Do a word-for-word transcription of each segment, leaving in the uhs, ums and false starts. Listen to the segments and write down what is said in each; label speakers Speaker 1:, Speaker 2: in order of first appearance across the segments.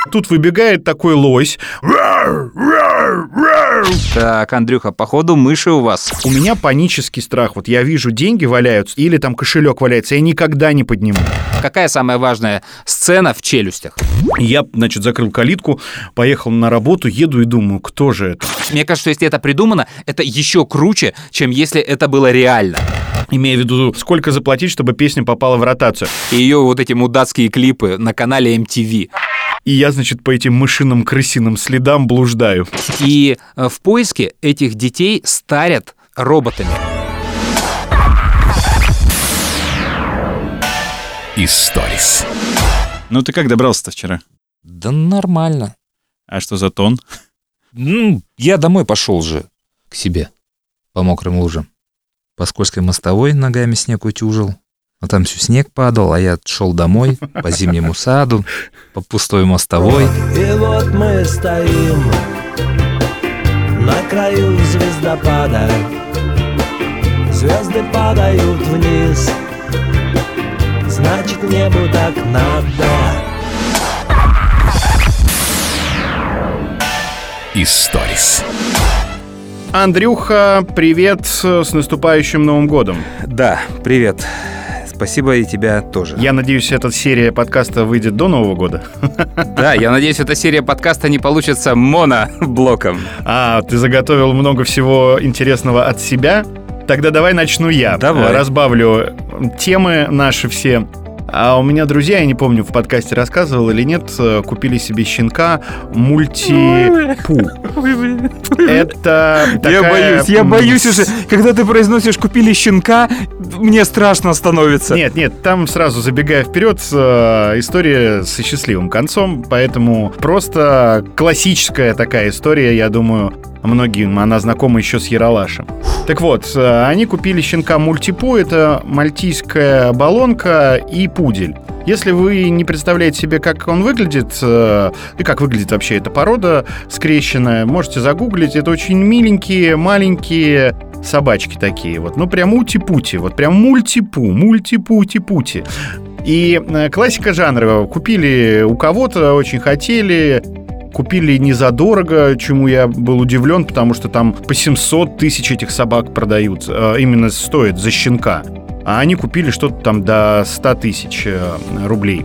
Speaker 1: Тут выбегает такой лось.
Speaker 2: Так, Андрюха, походу мыши у вас.
Speaker 1: У меня панический страх. Вот я вижу, деньги валяются или там кошелек валяется, я никогда не подниму.
Speaker 2: Какая самая важная сцена в «Челюстях»?
Speaker 1: Я, значит, закрыл калитку, поехал на работу, еду и думаю, кто же это?
Speaker 2: Мне кажется, что если это придумано, это еще круче, чем если это было реально.
Speaker 1: Имея в виду, сколько заплатить, чтобы песня попала в ротацию.
Speaker 2: И ее вот эти мудацкие клипы на канале эм ти ви.
Speaker 1: И я, значит, по этим мышиным крысиным следам блуждаю.
Speaker 2: И в поиске этих детей старят роботами.
Speaker 3: Историс. Ну ты как добрался-то вчера?
Speaker 2: Да нормально.
Speaker 3: А что за тон?
Speaker 2: Ну, я домой пошел же к себе по мокрым лужам. По скользкой мостовой ногами снег утюжил. А там все снег падал, а я шел домой по зимнему саду, по пустой мостовой.
Speaker 4: И вот мы стоим на краю звездопада. Звезды падают вниз, значит, небу так надо.
Speaker 3: Историс.
Speaker 1: Андрюха, привет, с наступающим Новым годом.
Speaker 2: Да, привет. Спасибо, и тебя тоже.
Speaker 1: Я надеюсь, эта серия подкаста выйдет до Нового года.
Speaker 2: Да, я надеюсь, эта серия подкаста не получится моноблоком.
Speaker 1: А, ты заготовил много всего интересного от себя? Тогда давай начну я.
Speaker 2: Давай.
Speaker 1: Разбавлю темы наши все. А у меня друзья, я не помню, в подкасте рассказывал или нет, купили себе щенка мультипу. Это такая...
Speaker 2: Я боюсь, я боюсь уже. Когда ты произносишь «купили щенка», мне страшно становится.
Speaker 1: Нет, нет, там сразу, забегая вперед, история со счастливым концом, поэтому просто классическая такая история, я думаю, многим она знакома еще с Ералашем. Так вот, они купили щенка мультипу, это мальтийская баллонка и пудель. Если вы не представляете себе, как он выглядит, и как выглядит вообще эта порода скрещенная, можете загуглить. Это очень миленькие, маленькие собачки такие вот. Ну, прям ути-пути, вот прям мультипу, мультипути-пути. И классика жанра. Купили у кого-то, очень хотели... Купили не задорого, чему я был удивлен, потому что там по семьсот тысяч этих собак продают, именно стоит за щенка. А они купили что-то там до сто тысяч рублей.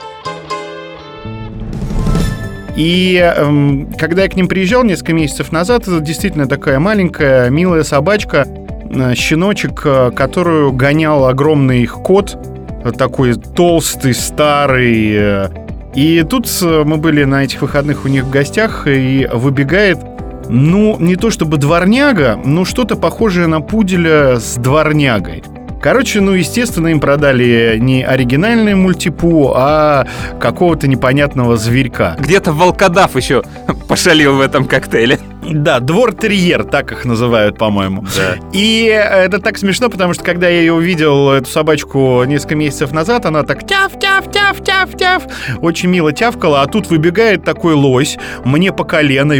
Speaker 1: И э, когда я к ним приезжал несколько месяцев назад, это действительно такая маленькая, милая собачка, э, щеночек, э, которую гонял огромный их кот, такой толстый, старый. Э, И тут мы были на этих выходных у них в гостях, и выбегает, ну, не то чтобы дворняга, но что-то похожее на пуделя с дворнягой. Короче, ну, естественно, им продали не оригинальный мультипу, а какого-то непонятного зверька.
Speaker 2: Где-то волкодав еще пошалил в этом коктейле.
Speaker 1: Да, двор-терьер, так их называют, по-моему.
Speaker 2: Да.
Speaker 1: И это так смешно, потому что когда я ее увидел, эту собачку, несколько месяцев назад, она так тяв-тяв-тяв-тяв-тяв, очень мило тявкала, а тут выбегает такой лось, мне по колено, и...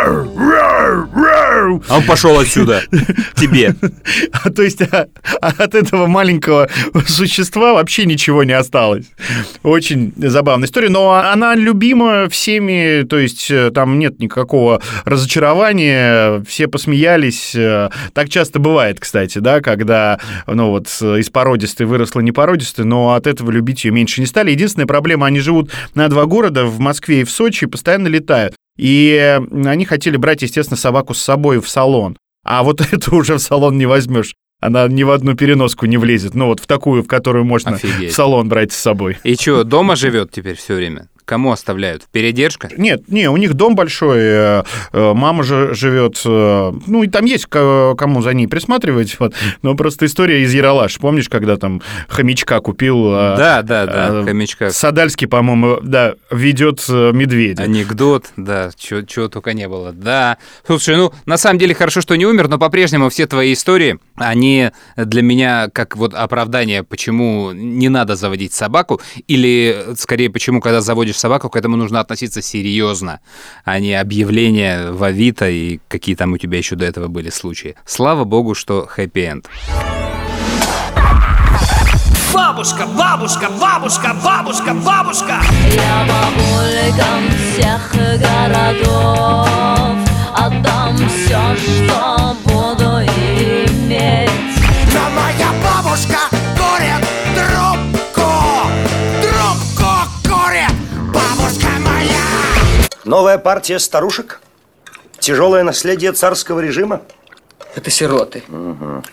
Speaker 2: А он пошел отсюда, тебе.
Speaker 1: А, то есть а, от этого маленького существа вообще ничего не осталось. Очень забавная история, но она любима всеми, то есть там нет никакого разочарования, все посмеялись. Так часто бывает, кстати, да, когда, ну вот, из породистой выросла непородистой, но от этого любить ее меньше не стали. Единственная проблема, они живут на два города, в Москве и в Сочи, и постоянно летают. И они хотели брать, естественно, собаку с собой в салон. А вот эту уже в салон не возьмешь. Она ни в одну переноску не влезет. Ну вот в такую, в которую можно Офигеть. В салон брать с собой.
Speaker 2: И что, дома живет теперь все время? Кому оставляют? Передержка?
Speaker 1: Нет, не, у них дом большой, мама же живет, ну и там есть кому за ней присматривать, вот. Но просто история из Ералаш. Помнишь, когда там хомячка купил?
Speaker 2: Да, да, да, а, хомячка.
Speaker 1: Садальский, по-моему, да, ведет медведя.
Speaker 2: Анекдот, да, чего только не было. Да, слушай, ну на самом деле хорошо, что не умер, но по-прежнему все твои истории, они для меня как вот оправдание, почему не надо заводить собаку, или скорее, почему, когда заводишь собаку, к этому нужно относиться серьезно, а не объявления в Авито и какие там у тебя еще до этого были случаи. Слава богу, что хэппи-энд.
Speaker 4: Бабушка, бабушка, бабушка, бабушка, бабушка.
Speaker 5: Я бабулькам годов отдам все, что буду иметь.
Speaker 6: Но моя бабушка курит трубку, трубку курит бабушка моя.
Speaker 7: Новая партия старушек? Тяжелое наследие царского режима?
Speaker 8: Это сироты.
Speaker 7: Угу.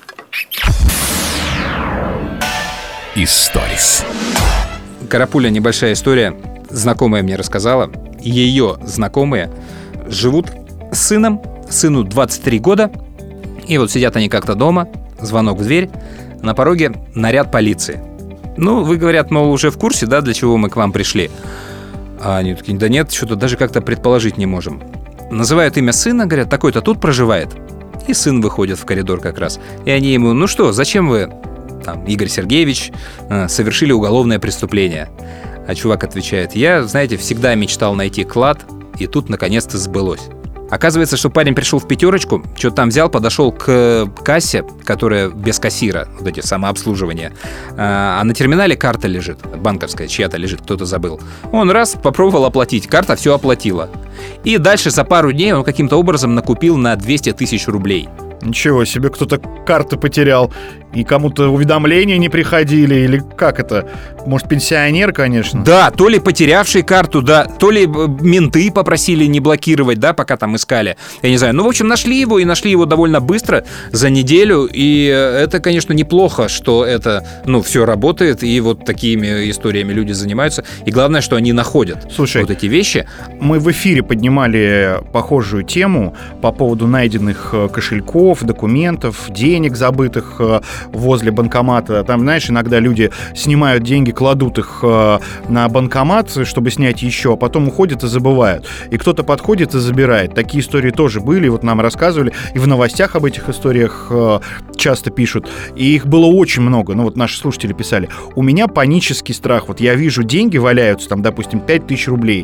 Speaker 3: Историс.
Speaker 2: Карапуля, небольшая история. Знакомая мне рассказала. Ее знакомые живут с сыном. Сыну двадцать три года. И вот сидят они как-то дома. Звонок в дверь. На пороге наряд полиции. Ну, вы, говорят, мол, уже в курсе, да, для чего мы к вам пришли? А они такие: да нет, что-то даже как-то предположить не можем. Называют имя сына, говорят, такой-то тут проживает. И сын выходит в коридор как раз. И они ему: ну что, зачем вы, там, Игорь Сергеевич, совершили уголовное преступление? А чувак отвечает: я, знаете, всегда мечтал найти клад, и тут наконец-то сбылось. Оказывается, что парень пришел в пятерочку, что-то там взял, подошел к кассе, которая без кассира, вот эти самообслуживания, а на терминале карта лежит, банковская чья-то лежит, кто-то забыл. Он раз попробовал оплатить, карта все оплатила. И дальше за пару дней он каким-то образом накупил на двести тысяч рублей.
Speaker 1: Ничего себе, кто-то карты потерял, и кому-то уведомления не приходили, или как это? Может, пенсионер, конечно?
Speaker 2: Да, то ли потерявший карту, да, то ли менты попросили не блокировать, да, пока там искали. Я не знаю. Ну, в общем, нашли его, и нашли его довольно быстро, за неделю, и это, конечно, неплохо, что это, ну, все работает, и вот такими историями люди занимаются, и главное, что они находят. Слушай, вот эти вещи.
Speaker 1: Мы в эфире поднимали похожую тему по поводу найденных кошельков, документов, денег, забытых возле банкомата. Там, знаешь, иногда люди снимают деньги, кладут их на банкомат, чтобы снять еще, а потом уходят и забывают. И кто-то подходит и забирает. Такие истории тоже были, вот нам рассказывали, и в новостях об этих историях часто пишут. И их было очень много. Ну вот наши слушатели писали: у меня панический страх. Вот я вижу, деньги валяются, там, допустим, пять тысяч рублей,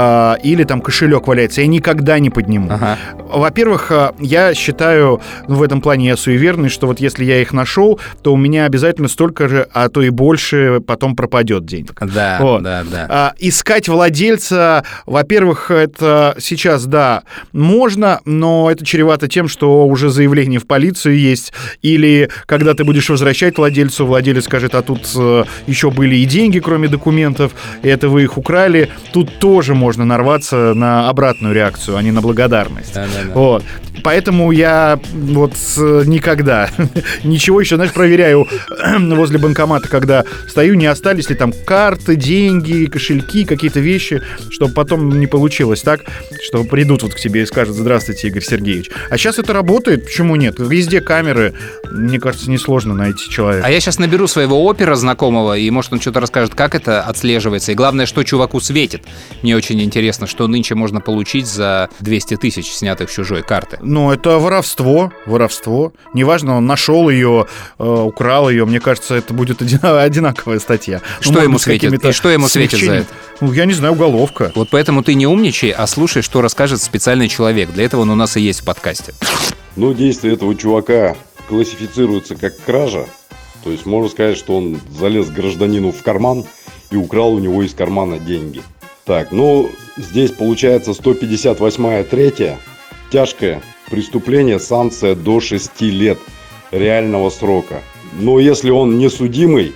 Speaker 1: или там кошелек валяется, я никогда не подниму. Ага. Во-первых, я считаю, ну, в этом плане я суеверный, что вот если я их нашел, то у меня обязательно столько же, а то и больше потом пропадет денег.
Speaker 2: Да,
Speaker 1: вот.
Speaker 2: да, да.
Speaker 1: А, искать владельца, во-первых, это сейчас, да, можно, но это чревато тем, что уже заявление в полицию есть, или когда ты будешь возвращать владельцу, владелец скажет: а тут э, еще были и деньги, кроме документов, и это вы их украли. Тут тоже можно нарваться на обратную реакцию, а не на благодарность. Да, да, да. Вот. Поэтому я вот никогда ничего еще, знаешь, проверяю возле банкомата, когда стою, не остались ли там карты, деньги, кошельки, какие-то вещи, чтобы потом не получилось так, что придут вот к тебе и скажут: здравствуйте, Игорь Сергеевич. А сейчас это работает, почему нет? Везде камеры, мне кажется, несложно найти человека.
Speaker 2: А я сейчас наберу своего опера знакомого, и, может, он что-то расскажет, как это отслеживается, и главное, что чуваку светит. Мне очень интересно, что нынче можно получить за двести тысяч, снятых с чужой карты.
Speaker 1: Ну, это воровство, воровство. Неважно, он нашел ее, э, украл ее. Мне кажется, это будет одинаковая статья.
Speaker 2: Что ну, ему светит? И что ему светит за это?
Speaker 1: Ну, я не знаю, уголовка.
Speaker 2: Вот поэтому ты не умничай, а слушай, что расскажет специальный человек. Для этого он у нас и есть в подкасте.
Speaker 9: Ну, действие этого чувака классифицируется как кража. То есть можно сказать, что он залез гражданину в карман и украл у него из кармана деньги. Так, ну, здесь получается сто пятьдесят восьмая третья. Тяжкое преступление, санкция до шести лет реального срока. Но если он не судимый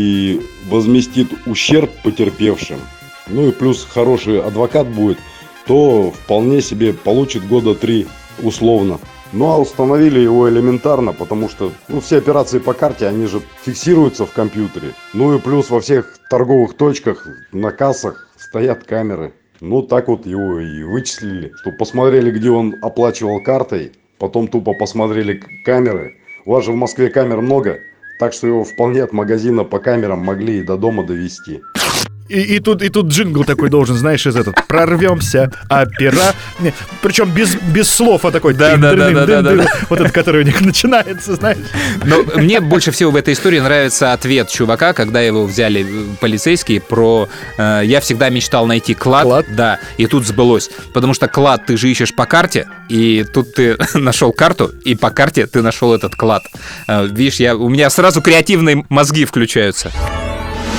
Speaker 9: и возместит ущерб потерпевшим, ну и плюс хороший адвокат будет, то вполне себе получит года три условно. Ну а установили его элементарно, потому что ну, все операции по карте, они же фиксируются в компьютере. Ну и плюс во всех торговых точках, на кассах стоят камеры. Ну, так вот его и вычислили, что посмотрели, где он оплачивал картой, потом тупо посмотрели камеры. У вас же в Москве камер много, так что его вполне от магазина по камерам могли и до дома довести.
Speaker 1: И, и, тут, и тут джингл такой должен, знаешь, из этого: прорвемся, опера. Не, причем без, без слов, а такой да, да, да, да, да, да. Вот этот, который у них начинается, знаешь.
Speaker 2: Но мне больше всего в этой истории нравится ответ чувака, когда его взяли полицейские, про э, я всегда мечтал найти клад, клад, да, и тут сбылось. Потому что клад ты же ищешь по карте, и тут ты нашел карту, и по карте ты нашел этот клад. Э, видишь, я, у меня сразу креативные мозги включаются.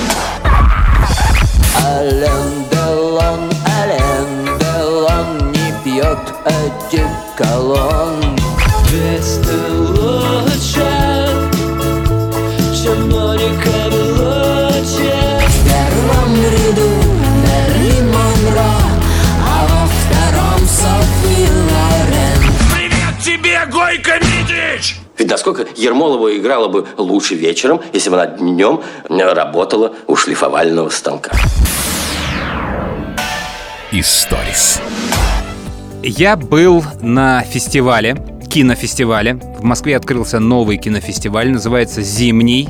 Speaker 5: Ален Делон, Ален Делон, не
Speaker 4: от этих колонн. Ведь ты лучше, чем Моника Белуччи. В первом ряду Мэрилин Монро, а во втором Софи Лорен.
Speaker 6: Привет тебе, Гойко Митрич!
Speaker 8: Ведь насколько Ермолова играла бы лучше вечером, если бы она днем работала у шлифовального станка.
Speaker 3: Историс.
Speaker 2: Я был на фестивале, кинофестивале. В Москве открылся новый кинофестиваль, называется «Зимний».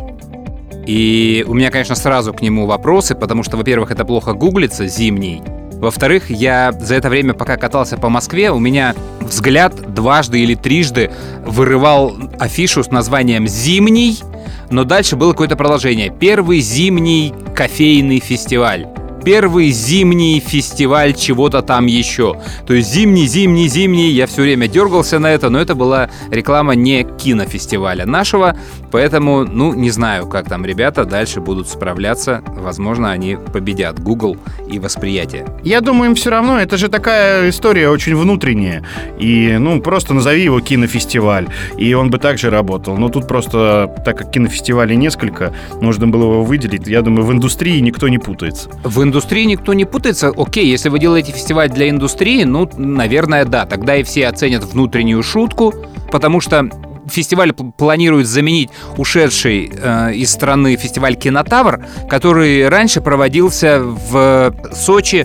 Speaker 2: И у меня, конечно, сразу к нему вопросы, потому что, во-первых, это плохо гуглится «Зимний». Во-вторых, я за это время, пока катался по Москве, у меня взгляд дважды или трижды вырывал афишу с названием «Зимний», но дальше было какое-то продолжение. Первый зимний кофейный фестиваль. Первый зимний фестиваль чего-то там еще. То есть зимний, зимний, зимний. Я все время дергался на это, но это была реклама не кинофестиваля нашего. Поэтому, ну, не знаю, как там ребята дальше будут справляться. Возможно, они победят Google и восприятие.
Speaker 1: Я думаю, им все равно. Это же такая история очень внутренняя. И, ну, просто назови его кинофестиваль. И он бы также работал. Но тут просто, так как кинофестивалей несколько, нужно было его выделить. Я думаю, в индустрии никто не путается.
Speaker 2: В индустрии никто не путается. Окей, если вы делаете фестиваль для индустрии, ну, наверное, да. Тогда и все оценят внутреннюю шутку, потому что фестиваль планирует заменить ушедший э, из страны фестиваль «Кинотавр», который раньше проводился в Сочи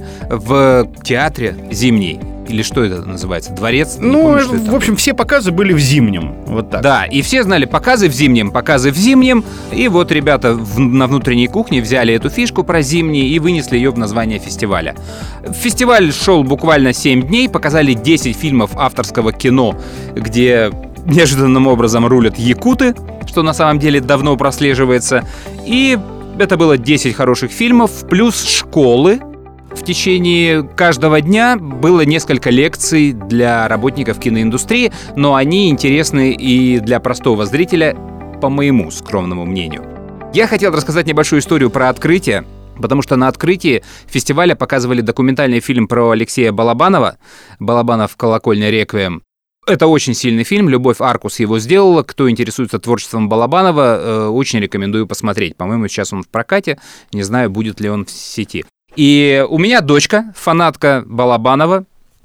Speaker 2: в театре «Зимний». Или что это называется? Дворец? Не
Speaker 1: ну,
Speaker 2: помню, что это
Speaker 1: в общем, все показы были в Зимнем. Вот так.
Speaker 2: Да, и все знали показы в Зимнем, показы в Зимнем. И вот ребята в, на внутренней кухне взяли эту фишку про Зимний и вынесли ее в название фестиваля. Фестиваль шел буквально семь дней, показали десять фильмов авторского кино, где неожиданным образом рулят якуты, что на самом деле давно прослеживается. И это было десять хороших фильмов, плюс школы. В течение каждого дня было несколько лекций для работников киноиндустрии, но они интересны и для простого зрителя, по моему скромному мнению. Я хотел рассказать небольшую историю про открытие, потому что на открытии фестиваля показывали документальный фильм про Алексея Балабанова «Балабанов. Колокольня реквием». Это очень сильный фильм, Любовь Аркус его сделала. Кто интересуется творчеством Балабанова, э, очень рекомендую посмотреть. По-моему, сейчас он в прокате, не знаю, будет ли он в сети. И у меня дочка, фанатка Балабанова,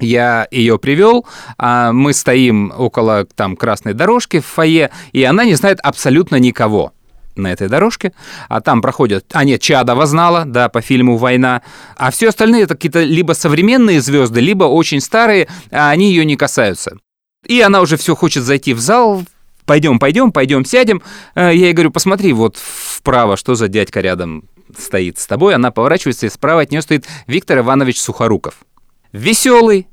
Speaker 2: я ее привел, а мы стоим около там красной дорожки в фойе, и она не знает абсолютно никого на этой дорожке, а там проходят... А нет, Чадова знала, да, по фильму «Война», а все остальные это какие-то либо современные звезды, либо очень старые, а они ее не касаются. И она уже все хочет зайти в зал, пойдем, пойдем, пойдем, сядем. Я ей говорю, посмотри вот вправо, что за дядька рядом стоит с тобой. Она поворачивается, и справа от нее стоит Виктор Иванович Сухоруков. Веселый,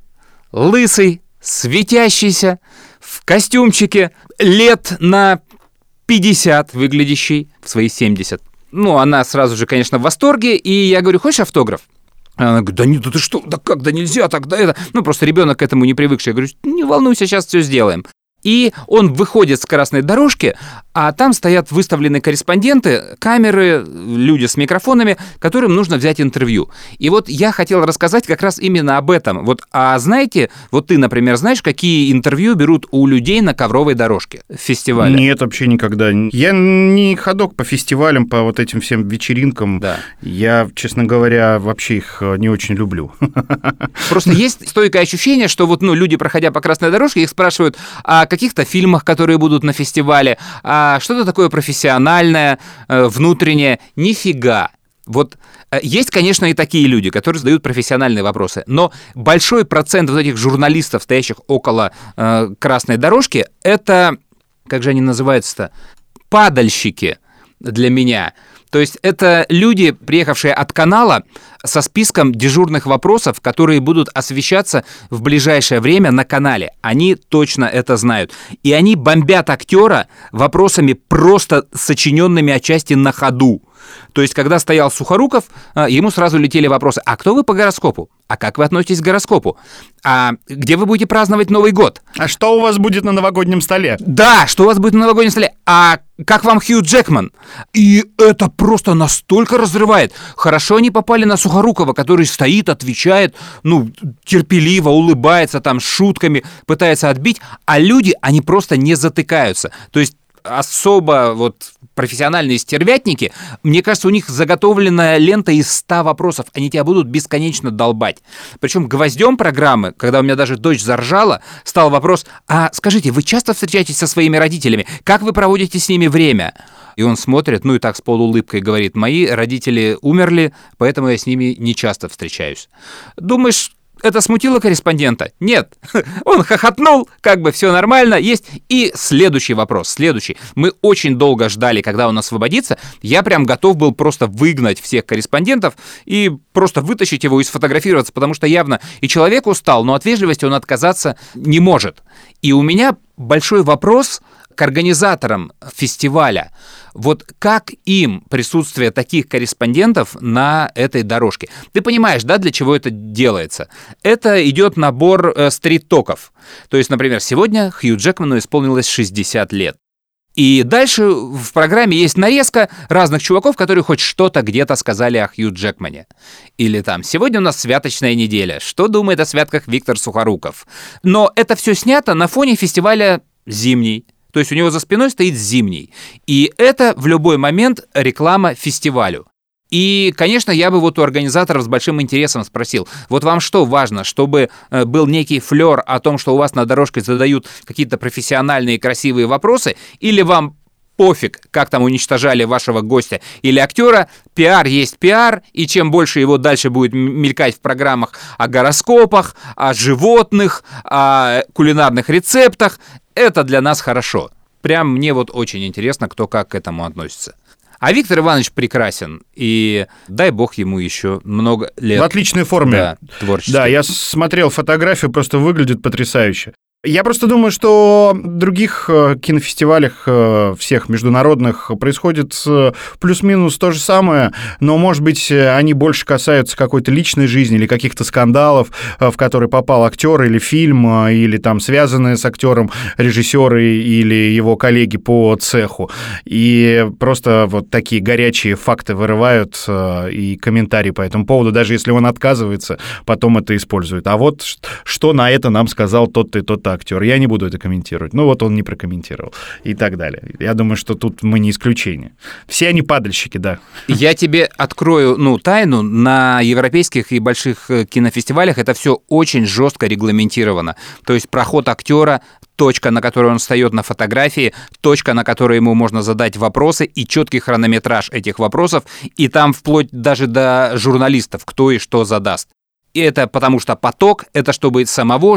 Speaker 2: лысый, светящийся, в костюмчике, лет на пятьдесят выглядящий, в свои семьдесят. Ну, она сразу же, конечно, в восторге, и я говорю, хочешь автограф? Она говорит, да нет, да ты что, да как, да нельзя, тогда это... Ну, просто ребенок к этому не привыкший. Я говорю, не волнуйся, сейчас все сделаем. И он выходит с красной дорожки, а там стоят выставлены корреспонденты, камеры, люди с микрофонами, которым нужно взять интервью. И вот я хотел рассказать как раз именно об этом. Вот, а знаете, вот ты, например, знаешь, какие интервью берут у людей на ковровой дорожке в фестивале?
Speaker 1: Нет, вообще никогда. Я не ходок по фестивалям, по вот этим всем вечеринкам.
Speaker 2: Да.
Speaker 1: Я, честно говоря, вообще их не очень люблю.
Speaker 2: Просто есть стойкое ощущение, что вот, ну, люди, проходя по красной дорожке, их спрашивают о каких-то фильмах, которые будут на фестивале, а что-то такое профессиональное, внутреннее. Нифига. Вот есть, конечно, и такие люди, которые задают профессиональные вопросы, но большой процент вот этих журналистов, стоящих около э, красной дорожки, это, как же они называются-то, падальщики для меня. То есть это люди, приехавшие от канала со списком дежурных вопросов, которые будут освещаться в ближайшее время на канале. Они точно это знают. И они бомбят актера вопросами, просто сочиненными отчасти на ходу. То есть, когда стоял Сухоруков, ему сразу летели вопросы: а кто вы по гороскопу? А как вы относитесь к гороскопу? А где вы будете праздновать Новый год?
Speaker 1: А что у вас будет на новогоднем столе?
Speaker 2: Да, что у вас будет на новогоднем столе? А как вам Хью Джекман? И это просто настолько разрывает. Хорошо они попали на Сухорукова, который стоит, отвечает, ну, терпеливо, улыбается там, с шутками, пытается отбить, а люди, они просто не затыкаются. То есть особо вот профессиональные стервятники, мне кажется, у них заготовлена лента из ста вопросов. Они тебя будут бесконечно долбать. Причем гвоздем программы, когда у меня даже дочь заржала, стал вопрос: а скажите, вы часто встречаетесь со своими родителями? Как вы проводите с ними время? И он смотрит, ну и так с полуулыбкой говорит: мои родители умерли, поэтому я с ними не часто встречаюсь. Думаешь, это смутило корреспондента? Нет. Он хохотнул, как бы все нормально, есть. И следующий вопрос, следующий. Мы очень долго ждали, когда он освободится. Я прям готов был просто выгнать всех корреспондентов и просто вытащить его и сфотографироваться, потому что явно и человек устал, но от вежливости он отказаться не может. И у меня большой вопрос к организаторам фестиваля. Вот как им присутствие таких корреспондентов на этой дорожке? Ты понимаешь, да, для чего это делается? Это идет набор э, стрит-токов. То есть, например, сегодня Хью Джекману исполнилось шестьдесят лет. И дальше в программе есть нарезка разных чуваков, которые хоть что-то где-то сказали о Хью Джекмане. Или там: сегодня у нас святочная неделя. Что думает о святках Виктор Сухоруков? Но это все снято на фоне фестиваля «Зимний». То есть у него за спиной стоит «Зимний». И это в любой момент реклама фестивалю. И, конечно, я бы вот у организаторов с большим интересом спросил: вот вам что важно, чтобы был некий флёр о том, что у вас на дорожке задают какие-то профессиональные красивые вопросы, или вам пофиг, как там уничтожали вашего гостя или актера, пиар есть пиар, и чем больше его дальше будет мелькать в программах о гороскопах, о животных, о кулинарных рецептах, это для нас хорошо. Прям мне вот очень интересно, кто как к этому относится. А Виктор Иванович прекрасен, и дай бог ему еще много лет.
Speaker 1: В отличной форме.
Speaker 2: Да, творческой.
Speaker 1: Да, я смотрел фотографию, просто выглядит потрясающе. Я просто думаю, что в других кинофестивалях всех международных происходит плюс-минус то же самое, но, может быть, они больше касаются какой-то личной жизни или каких-то скандалов, в которые попал актер или фильм, или там связанные с актером режиссеры или его коллеги по цеху. И просто вот такие горячие факты вырывают и комментарии по этому поводу, даже если он отказывается, потом это используют. А вот что на это нам сказал тот-то и тот-то актер. Я не буду это комментировать. Ну вот он не прокомментировал и так далее. Я думаю, что тут мы не исключение. Все они падальщики, да.
Speaker 2: Я тебе открою, ну, тайну. На европейских и больших кинофестивалях это все очень жестко регламентировано. То есть проход актера, точка, на которой он встает на фотографии, точка, на которой ему можно задать вопросы, и четкий хронометраж этих вопросов, и там вплоть даже до журналистов, кто и что задаст. И это потому что поток, это чтобы самого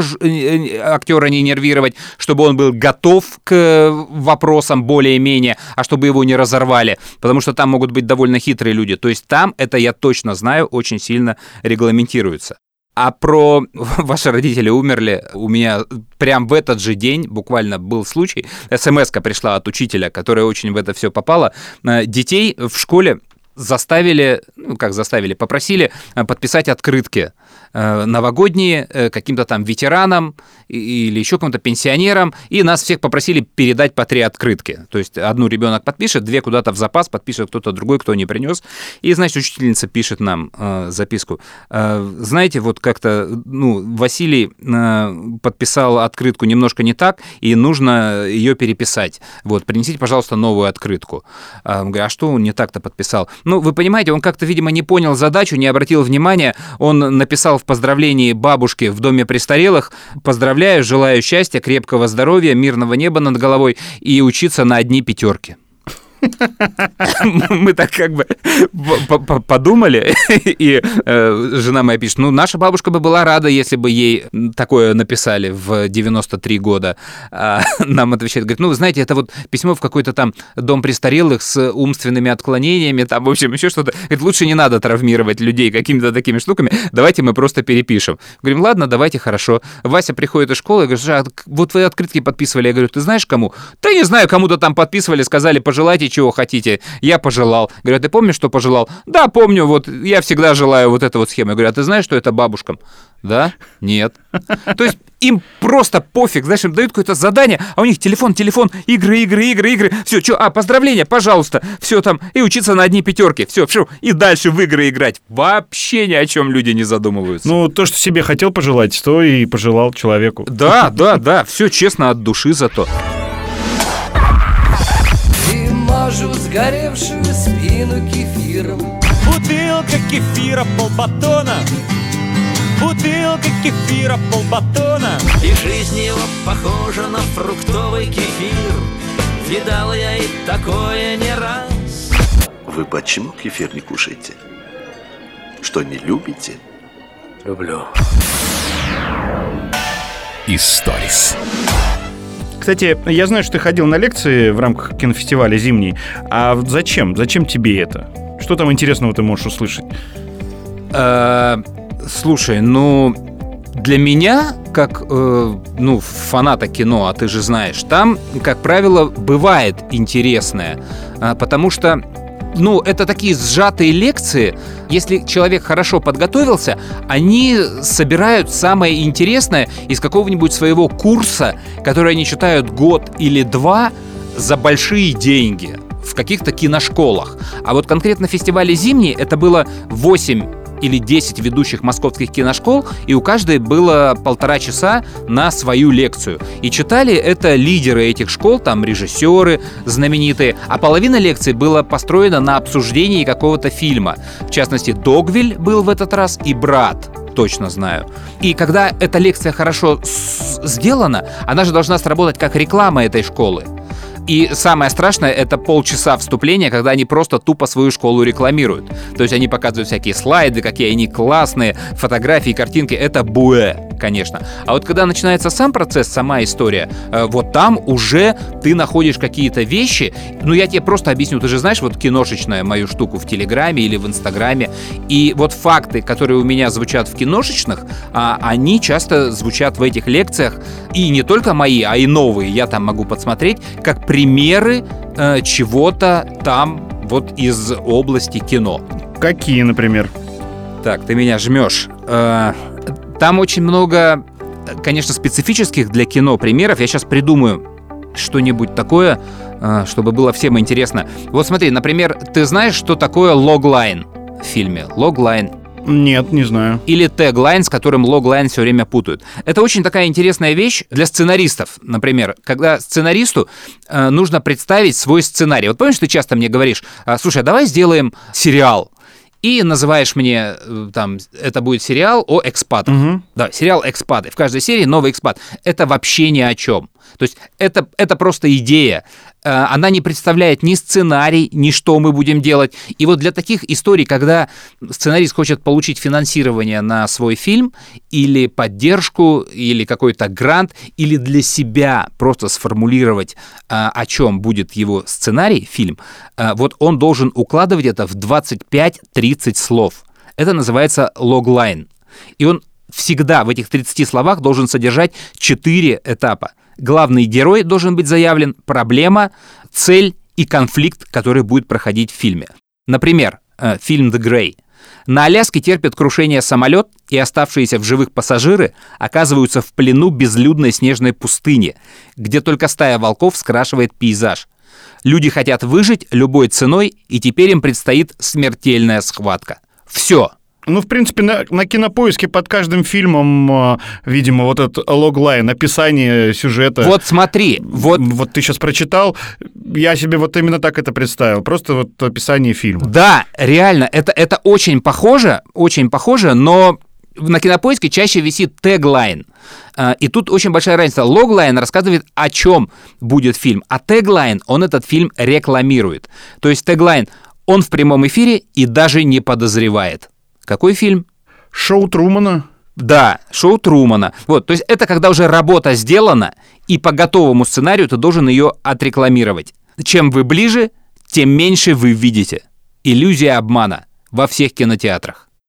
Speaker 2: актера не нервировать, чтобы он был готов к вопросам более-менее, а чтобы его не разорвали, потому что там могут быть довольно хитрые люди. То есть там, это я точно знаю, очень сильно регламентируется. А про «ваши родители умерли» у меня прям в этот же день буквально был случай. СМС-ка пришла от учителя, которая очень в это все попала. Детей в школе заставили, ну как заставили, попросили подписать открытки э, новогодние э, каким-то там ветеранам или еще каким-то пенсионерам, и нас всех попросили передать по три открытки. То есть одну ребенок подпишет, две куда-то в запас подпишет кто-то другой, кто не принес. И, значит, учительница пишет нам э, записку. Э, знаете, вот как-то, ну, Василий э, подписал открытку немножко не так, и нужно ее переписать. Вот, принесите, пожалуйста, новую открытку. Э, он говорит: а что он не так-то подписал? Ну, вы понимаете, он как-то, видимо, не понял задачу, не обратил внимания. Он написал в поздравлении бабушке в доме престарелых: поздравляю, желаю счастья, крепкого здоровья, мирного неба над головой и учиться на одни пятерки. Мы так как бы подумали, и жена моя пишет: ну, наша бабушка бы была рада, если бы ей такое написали в девяносто три года. А нам отвечает, говорит: ну, вы знаете, это вот письмо в какой-то там дом престарелых с умственными отклонениями, там, в общем, еще что-то. Говорит, лучше не надо травмировать людей какими-то такими штуками, давайте мы просто перепишем. Говорим: ладно, давайте, хорошо. Вася приходит из школы и говорит: вот вы открытки подписывали. Я говорю: ты знаешь кому? Да не знаю, кому-то там подписывали, сказали: пожелайте чего хотите. Я пожелал. Говорю, а ты помнишь, что пожелал? Да, помню, вот я всегда желаю вот эту вот схему. Я говорю, а ты знаешь, что это бабушкам? Да? Нет. То есть им просто пофиг, знаешь, им дают какое-то задание, а у них телефон, телефон, игры, игры, игры, игры. Все, что, а, поздравления, пожалуйста. Все там, и учиться на одни пятерки. Все, все, и дальше в игры играть. Вообще ни о чем люди не задумываются.
Speaker 1: Ну, то, что себе хотел пожелать, то и пожелал человеку.
Speaker 2: Да, да, да, все честно от души зато.
Speaker 4: И мажу сгоревшую спину кефиром.
Speaker 10: Бутылка кефира полбатона. Бутылка кефира полбатона.
Speaker 4: И жизнь его похожа на фруктовый кефир. Видал я и такое не раз.
Speaker 11: Вы почему кефир не кушаете? Что, не любите?
Speaker 4: Люблю.
Speaker 3: Историс.
Speaker 1: Кстати, я знаю, что ты ходил на лекции в рамках кинофестиваля «Зимний». А зачем? Зачем тебе это? Что там интересного ты можешь услышать?
Speaker 2: Слушай, ну, для меня, как э, ну, фаната кино, а ты же знаешь, там, как правило, бывает интересное, э, потому что, ну, это такие сжатые лекции. Если человек хорошо подготовился, они собирают самое интересное из какого-нибудь своего курса, который они читают год или два за большие деньги в каких-то киношколах. А вот конкретно в фестивале «Зимний» это было восемь или десять ведущих московских киношкол, и у каждой было полтора часа на свою лекцию. И читали это лидеры этих школ, там режиссеры знаменитые, а половина лекций была построена на обсуждении какого-то фильма. В частности, «Догвиль» был в этот раз и «Брат». Точно знаю. И когда эта лекция хорошо сделана, она же должна сработать как реклама этой школы. И самое страшное — это полчаса вступления, когда они просто тупо свою школу рекламируют. То есть они показывают всякие слайды, какие они классные, фотографии, картинки. Это буэ, конечно. А вот когда начинается сам процесс, сама история, вот там уже ты находишь какие-то вещи. Ну, я тебе просто объясню. Ты же знаешь вот киношечную мою штуку в Телеграме или в Инстаграме. И вот факты, которые у меня звучат в киношечных, они часто звучат в этих лекциях. И не только мои, а и новые. Я там могу подсмотреть, как примеры э, чего-то там вот из области кино.
Speaker 1: Какие, например?
Speaker 2: Так, ты меня жмешь. Э, там очень много, конечно, специфических для кино примеров. Я сейчас придумаю что-нибудь такое, э, чтобы было всем интересно. Вот смотри, например, ты знаешь, что такое логлайн в фильме? Логлайн.
Speaker 1: Нет, не знаю.
Speaker 2: Или теглайн, с которым логлайн все время путают. Это очень такая интересная вещь для сценаристов, например, когда сценаристу э, нужно представить свой сценарий. Вот помнишь, ты часто мне говоришь, слушай, а давай сделаем сериал. И называешь мне, там, это будет сериал о экспатах. Угу. Да, сериал «Экспаты». В каждой серии новый экспат. Это вообще ни о чем. То есть это, это просто идея. Она не представляет ни сценарий, ни что мы будем делать. И вот для таких историй, когда сценарист хочет получить финансирование на свой фильм, или поддержку, или какой-то грант, или для себя просто сформулировать, о чем будет его сценарий, фильм, вот он должен укладывать это в двадцать пять тридцать слов. Это называется логлайн. И он всегда в этих тридцати словах должен содержать четыре этапа. Главный герой должен быть заявлен, проблема, цель и конфликт, который будет проходить в фильме. Например, фильм «The Grey». На Аляске терпит крушение самолет, и оставшиеся в живых пассажиры оказываются в плену безлюдной снежной пустыни, где только стая волков скрашивает пейзаж. Люди хотят выжить любой ценой, и теперь им предстоит смертельная схватка. Все.
Speaker 1: Ну, в принципе, на, на Кинопоиске под каждым фильмом, видимо, вот этот логлайн, описание сюжета.
Speaker 2: Вот смотри, вот...
Speaker 1: Вот ты сейчас прочитал, я себе вот именно так это представил, просто вот описание фильма.
Speaker 2: Да, реально, это, это очень похоже, очень похоже, но на Кинопоиске чаще висит теглайн. И тут очень большая разница. Логлайн рассказывает, о чем будет фильм, а теглайн, он этот фильм рекламирует. То есть теглайн, он в прямом эфире и даже не подозревает. Какой фильм?
Speaker 1: Шоу Трумана.
Speaker 2: Да, шоу Трумана. Вот, то есть это когда уже работа сделана, и по готовому сценарию ты должен ее отрекламировать. Чем вы ближе, тем меньше вы видите. Иллюзия обмана во всех кинотеатрах.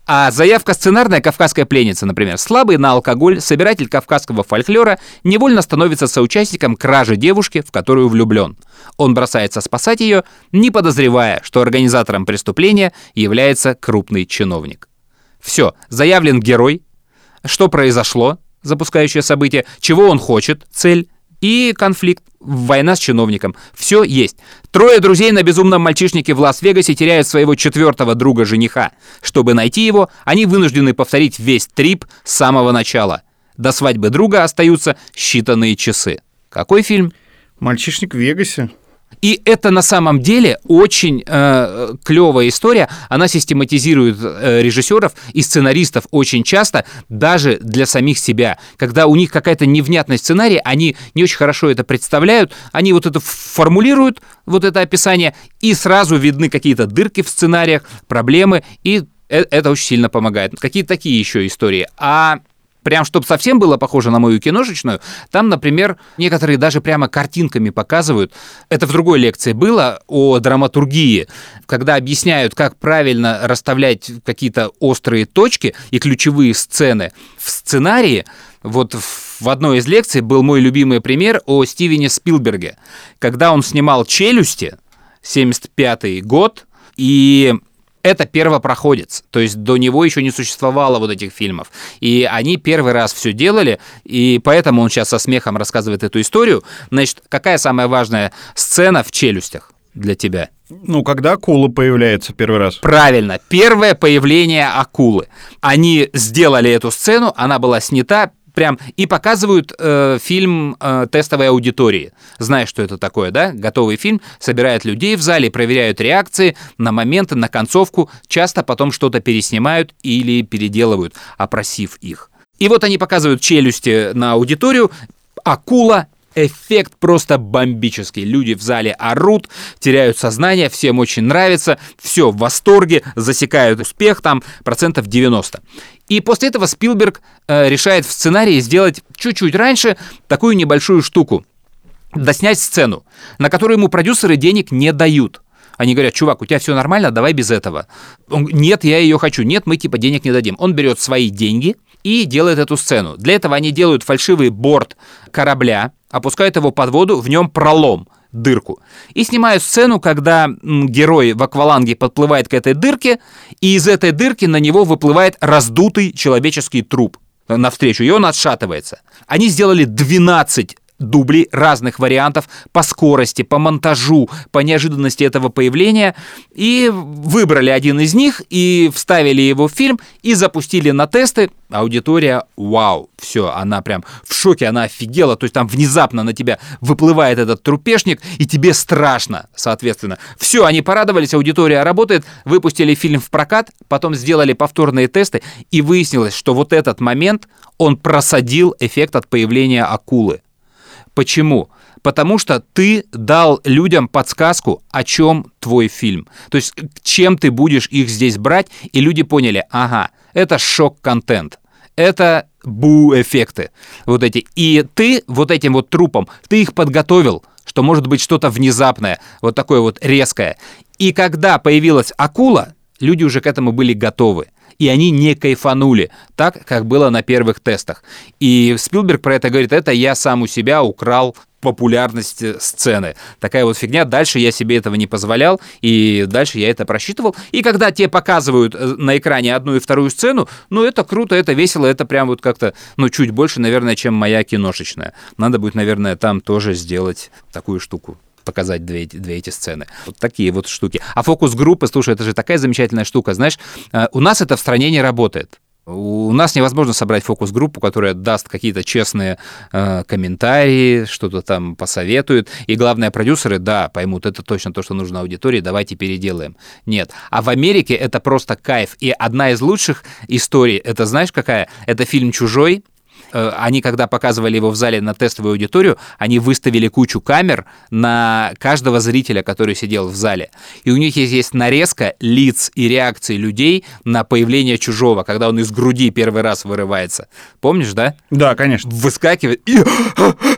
Speaker 2: А заявка сценарная «Кавказская пленница», например. Слабый на алкоголь собиратель кавказского фольклора невольно становится соучастником кражи девушки, в которую влюблен. Он бросается спасать ее, не подозревая, что организатором преступления является крупный чиновник. Все, заявлен герой, что произошло, запускающее событие, чего он хочет, цель, и конфликт, война с чиновником. Все есть. Трое друзей на безумном мальчишнике в Лас-Вегасе теряют своего четвертого друга-жениха. Чтобы найти его, они вынуждены повторить весь трип с самого начала. До свадьбы друга остаются считанные часы. Какой фильм?
Speaker 1: «Мальчишник в Вегасе».
Speaker 2: И это на самом деле очень э, клевая история. Она систематизирует э, режиссеров и сценаристов очень часто, даже для самих себя. Когда у них какая-то невнятность сценария, они не очень хорошо это представляют, они вот это формулируют, вот это описание, и сразу видны какие-то дырки в сценариях, проблемы, и это очень сильно помогает. Какие-то такие еще истории. А прям, чтобы совсем было похоже на мою киношечную, там, например, некоторые даже прямо картинками показывают. Это в другой лекции было о драматургии, когда объясняют, как правильно расставлять какие-то острые точки и ключевые сцены в сценарии. Вот в одной из лекций был мой любимый пример о Стивене Спилберге, когда он снимал «Челюсти», семьдесят пятый год, и это первопроходец, то есть до него еще не существовало вот этих фильмов. И они первый раз все делали, и поэтому он сейчас со смехом рассказывает эту историю. Значит, какая самая важная сцена в «Челюстях» для тебя?
Speaker 1: Ну, когда акула появляется первый раз.
Speaker 2: Правильно, первое появление акулы. Они сделали эту сцену, она была снята, прям, и показывают э, фильм э, тестовой аудитории. Знаешь, что это такое, да? Готовый фильм, собирают людей в зале, проверяют реакции на моменты, на концовку, часто потом что-то переснимают или переделывают, опросив их. И вот они показывают «Челюсти» на аудиторию, акула, эффект просто бомбический. Люди в зале орут, теряют сознание, всем очень нравится, все в восторге, засекают успех там процентов девяносто. И после этого Спилберг э, решает в сценарии сделать чуть-чуть раньше такую небольшую штуку. Доснять сцену, на которую ему продюсеры денег не дают. Они говорят: чувак, у тебя все нормально, давай без этого. Он, нет, я ее хочу. Нет, мы типа денег не дадим. Он берет свои деньги и делает эту сцену. Для этого они делают фальшивый борт корабля, опускают его под воду, в нем пролом, дырку. И снимают сцену, когда м, герой в акваланге подплывает к этой дырке, и из этой дырки на него выплывает раздутый человеческий труп навстречу, и он отшатывается. Они сделали двенадцать дублей разных вариантов по скорости, по монтажу, по неожиданности этого появления, и выбрали один из них, и вставили его в фильм, и запустили на тесты. Аудитория, вау, все, она прям в шоке, она офигела, то есть там внезапно на тебя выплывает этот трупешник, и тебе страшно, соответственно. Все, они порадовались, аудитория работает, выпустили фильм в прокат, потом сделали повторные тесты, и выяснилось, что вот этот момент, он просадил эффект от появления акулы. Почему? Потому что ты дал людям подсказку, о чем твой фильм. То есть, чем ты будешь их здесь брать, и люди поняли: ага, это шок-контент, это бу-эффекты вот эти. И ты вот этим вот трупом, ты их подготовил, что может быть что-то внезапное, вот такое вот резкое. И когда появилась акула, люди уже к этому были готовы. И они не кайфанули так, как было на первых тестах. И Спилберг про это говорит: это я сам у себя украл популярность сцены. Такая вот фигня. Дальше я себе этого не позволял, и дальше я это просчитывал. И когда тебе показывают на экране одну и вторую сцену, ну, это круто, это весело, это прям вот как-то, ну, чуть больше, наверное, чем моя киношечная. Надо будет, наверное, там тоже сделать такую штуку. Показать две, две эти сцены. Вот такие вот штуки. А фокус-группы, слушай, это же такая замечательная штука, знаешь, у нас это в стране не работает. У нас невозможно собрать фокус-группу, которая даст какие-то честные э, комментарии, что-то там посоветует. И главное, продюсеры, да, поймут, это точно то, что нужно аудитории, давайте переделаем. Нет. А в Америке это просто кайф. И одна из лучших историй, это знаешь какая? Это фильм «Чужой». Они, когда показывали его в зале на тестовую аудиторию, они выставили кучу камер на каждого зрителя, который сидел в зале. И у них есть, есть нарезка лиц и реакций людей на появление Чужого, когда он из груди первый раз вырывается. Помнишь, да?
Speaker 1: Да, конечно.
Speaker 2: Выскакивает и...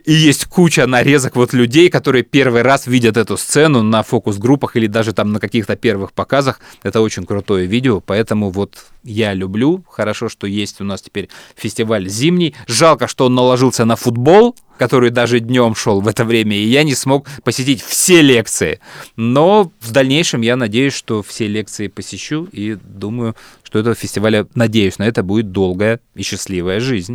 Speaker 2: И есть куча нарезок вот людей, которые первый раз видят эту сцену на фокус-группах или даже там на каких-то первых показах. Это очень крутое видео, поэтому вот я люблю. Хорошо, что есть у нас теперь фестиваль зимний. Жалко, что он наложился на футбол, который даже днем шел в это время, и я не смог посетить все лекции. Но в дальнейшем я надеюсь, что все лекции посещу, и думаю, что этого фестиваля, надеюсь, на это будет долгая и счастливая жизнь.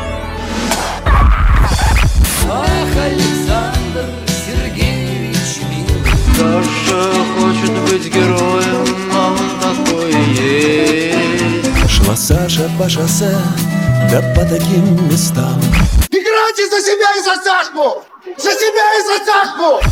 Speaker 4: Ах, Александр Сергеевич милый, Даша хочет быть героем, а он такой есть.
Speaker 10: Шла Саша по шоссе, да по таким местам.
Speaker 6: Играйте за себя и за Сашку! За себя и за Сашку!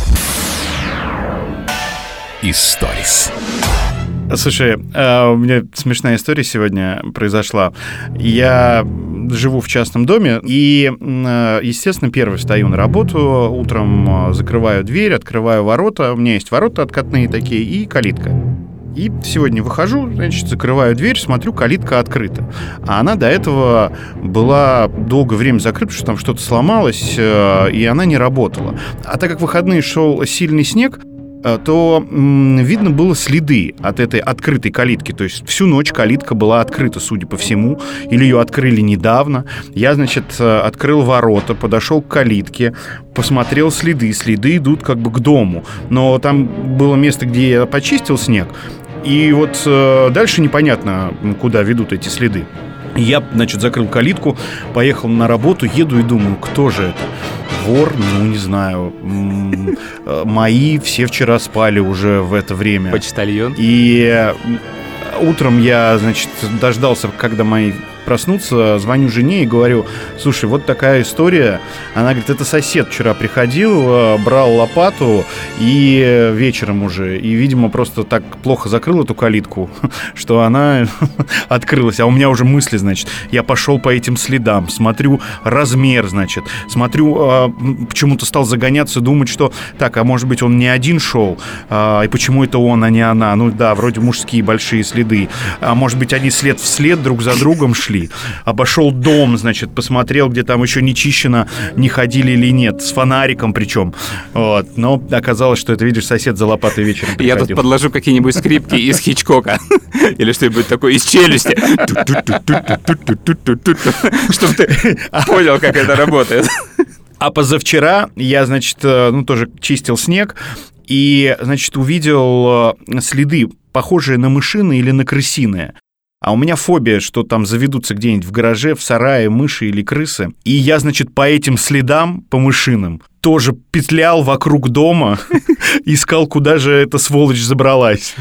Speaker 3: Историс.
Speaker 1: Слушай, у меня смешная история сегодня произошла. Я живу в частном доме, и, естественно, первый встаю на работу, утром закрываю дверь, открываю ворота. У меня есть ворота откатные такие и калитка. И сегодня выхожу, значит, закрываю дверь, смотрю, калитка открыта. А она до этого была долгое время закрыта, что там что-то сломалось, и она не работала. А так как в выходные шел сильный снег, то м, видно было следы от этой открытой калитки. То есть всю ночь калитка была открыта, судя по всему, или ее открыли недавно. Я, значит, открыл ворота, подошел к калитке, посмотрел следы. Следы идут как бы к дому. Но там было место, где я почистил снег, и вот э, дальше непонятно, куда ведут эти следы. Я, значит, закрыл калитку, поехал на работу, еду и думаю, кто же это? Вор, ну, не знаю. М- мои все вчера спали уже в это время.
Speaker 2: Почтальон.
Speaker 1: И утром я, значит, дождался, когда мои проснуться, звоню жене и говорю: слушай, вот такая история. Она говорит: это сосед вчера приходил, брал лопату, и вечером уже, и, видимо, просто так плохо закрыл эту калитку, что она открылась. А у меня уже мысли, значит, я пошел по этим следам, смотрю размер, значит, смотрю, почему-то стал загоняться, думать, что так, а может быть, он не один шел, и почему это он, а не она? Ну да, вроде мужские большие следы. А может быть, они след в след друг за другом шли. Обошел дом, значит, посмотрел, где там еще не чищено, не ходили или нет, с фонариком причем. Вот. Но оказалось, что это, видишь, сосед за лопатой вечером приходил.
Speaker 2: Я тут подложу какие-нибудь скрипки из Хичкока. Или что-нибудь такое из «Челюсти». Чтобы ты понял, как это работает.
Speaker 1: А позавчера я, значит, ну, тоже чистил снег, и, значит, увидел следы, похожие на мышиные или на крысиные. А у меня фобия, что там заведутся где-нибудь в гараже, в сарае мыши или крысы. И я, значит, по этим следам, по мышиным, тоже петлял вокруг дома, искал, куда же эта сволочь забралась.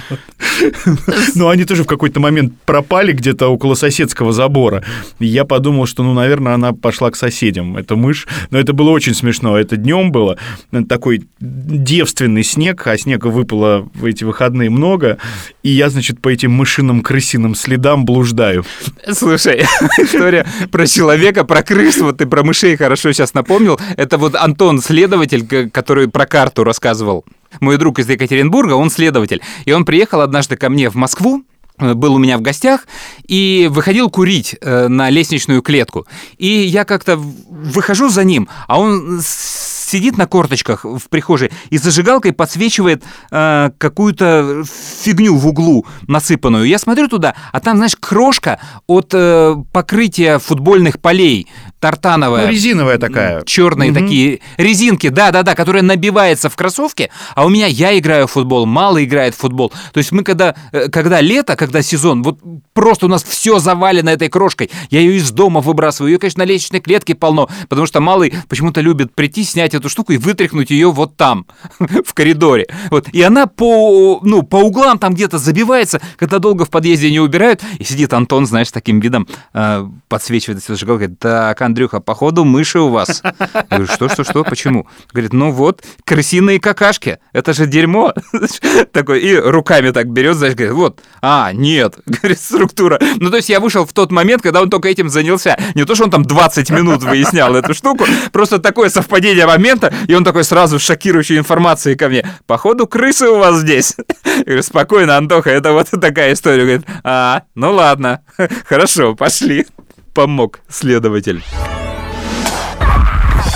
Speaker 1: Но они тоже в какой-то момент пропали где-то около соседского забора. И я подумал, что, ну, наверное, она пошла к соседям, эта мышь. Но это было очень смешно. Это днем было. Такой девственный снег, а снега выпало в эти выходные много. И я, значит, по этим мышиным крысиным следам блуждаю.
Speaker 2: Слушай, история про человека, про крыс, вот ты про мышей хорошо сейчас напомнил. Это вот Антон, следователь, который про карту рассказывал. Мой друг из Екатеринбурга, он следователь. И он приехал однажды ко мне в Москву, был у меня в гостях, и выходил курить э, на лестничную клетку. И я как-то выхожу за ним, а он сидит на корточках в прихожей и зажигалкой подсвечивает э, какую-то фигню в углу насыпанную. Я смотрю туда, а там, знаешь, крошка от э, покрытия футбольных полей, тартановая.
Speaker 1: Ну, резиновая такая.
Speaker 2: Черные угу. такие резинки, да-да-да, которая набивается в кроссовке, а у меня я играю в футбол, мало играет в футбол. То есть мы когда, когда лето, когда сезон, вот просто у нас все завалено этой крошкой. Я ее из дома выбрасываю. Ее, конечно, на лестничной клетке полно, потому что малый почему-то любит прийти, снять эту штуку и вытряхнуть ее вот там, в коридоре. Вот. И она по, ну, по углам там где-то забивается, когда долго в подъезде не убирают. И сидит Антон, знаешь, с таким видом, э, подсвечивает зажигалкой. Так, Андрюха, походу мыши у вас. Я говорю, что-что-что, почему? Говорит, ну вот, крысиные какашки, это же дерьмо. Такой, и руками так берет, знаешь, говорит, вот, а, нет, говорит, структура. Ну, то есть я вышел в тот момент, когда он только этим занялся. Не то, что он там двадцать минут выяснял эту штуку, просто такое совпадение момента, и он такой сразу с шокирующей информацией ко мне. Походу, крысы у вас здесь. Я говорю, спокойно, Антоха, это вот такая история. Говорит, а, ну ладно, хорошо, пошли. Помог следователь.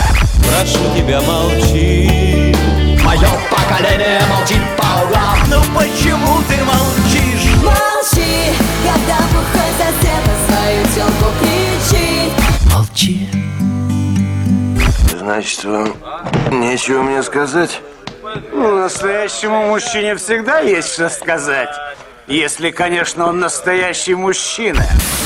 Speaker 10: прошу тебя, молчи.
Speaker 4: Мое поколение молчит по углам.
Speaker 10: Ну почему ты молчишь?
Speaker 5: Молчи, когда бухой сосед на свою тёлку кричит.
Speaker 10: Молчи.
Speaker 11: Значит, вам нечего мне сказать?
Speaker 12: Ну, настоящему мужчине всегда есть что сказать. Если, конечно, он настоящий мужчина.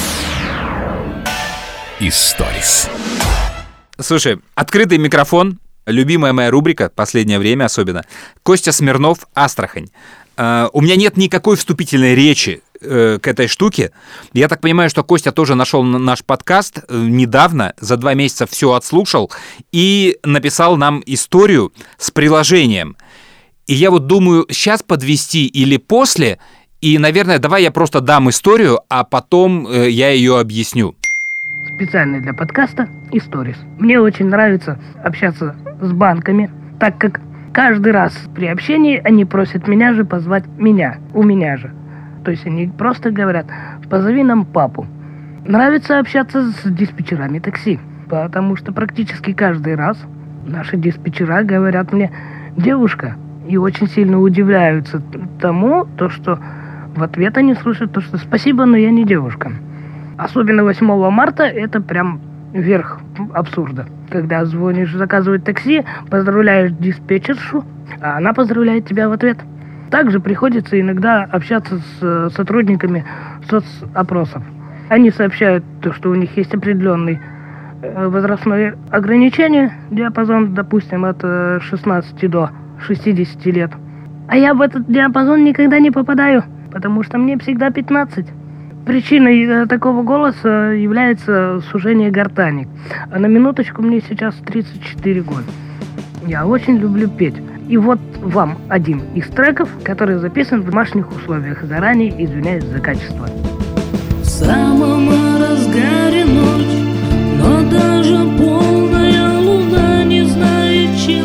Speaker 3: Историс.
Speaker 2: Слушай, открытый микрофон, любимая моя рубрика, последнее время особенно. Костя Смирнов, Астрахань. Uh, у меня нет никакой вступительной речи uh, к этой штуке. Я так понимаю, что Костя тоже нашел наш подкаст uh, недавно, за два месяца все отслушал и написал нам историю с приложением. И я вот думаю, сейчас подвести или после, и, наверное, давай я просто дам историю, а потом uh, я ее объясню.
Speaker 13: Специально для подкаста «Историс». Мне очень нравится общаться с банками, так как каждый раз при общении они просят меня же позвать меня, у меня же. То есть они просто говорят: позови нам папу. Нравится общаться с диспетчерами такси, потому что практически каждый раз наши диспетчера говорят мне: девушка, и очень сильно удивляются тому, то, что в ответ они слышат то, что спасибо, но я не девушка. Особенно восьмого марта это прям верх абсурда. Когда звонишь заказывать такси, поздравляешь диспетчершу, а она поздравляет тебя в ответ. Также приходится иногда общаться с сотрудниками соцопросов. Они сообщают то, что у них есть определенный возрастное ограничение, диапазон, допустим, от шестнадцати до шестидесяти лет. А я в этот диапазон никогда не попадаю, потому что мне всегда пятнадцать. Причиной такого голоса является сужение гортани. А на минуточку мне сейчас тридцать четыре года. Я очень люблю петь. И вот вам один из треков, который записан в домашних условиях. Заранее извиняюсь за качество.
Speaker 10: В самом разгаре ночи, но даже полная луна не знает, чем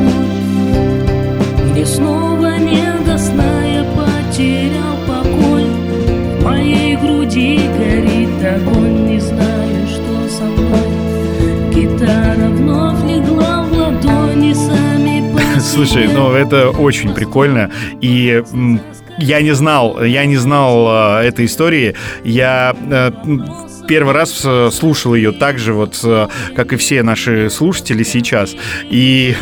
Speaker 10: помочь. Мне снова не до сна, я потерял покой. В моей груди горит огонь, не знаю, что со мной. Гитара вновь легла в ладони, сами по
Speaker 1: Слушай, ну это очень прикольно. И м, я не знал, я не знал э, этой истории. Я э, первый раз э, слушал ее так же, вот, э, как и все наши слушатели сейчас. И,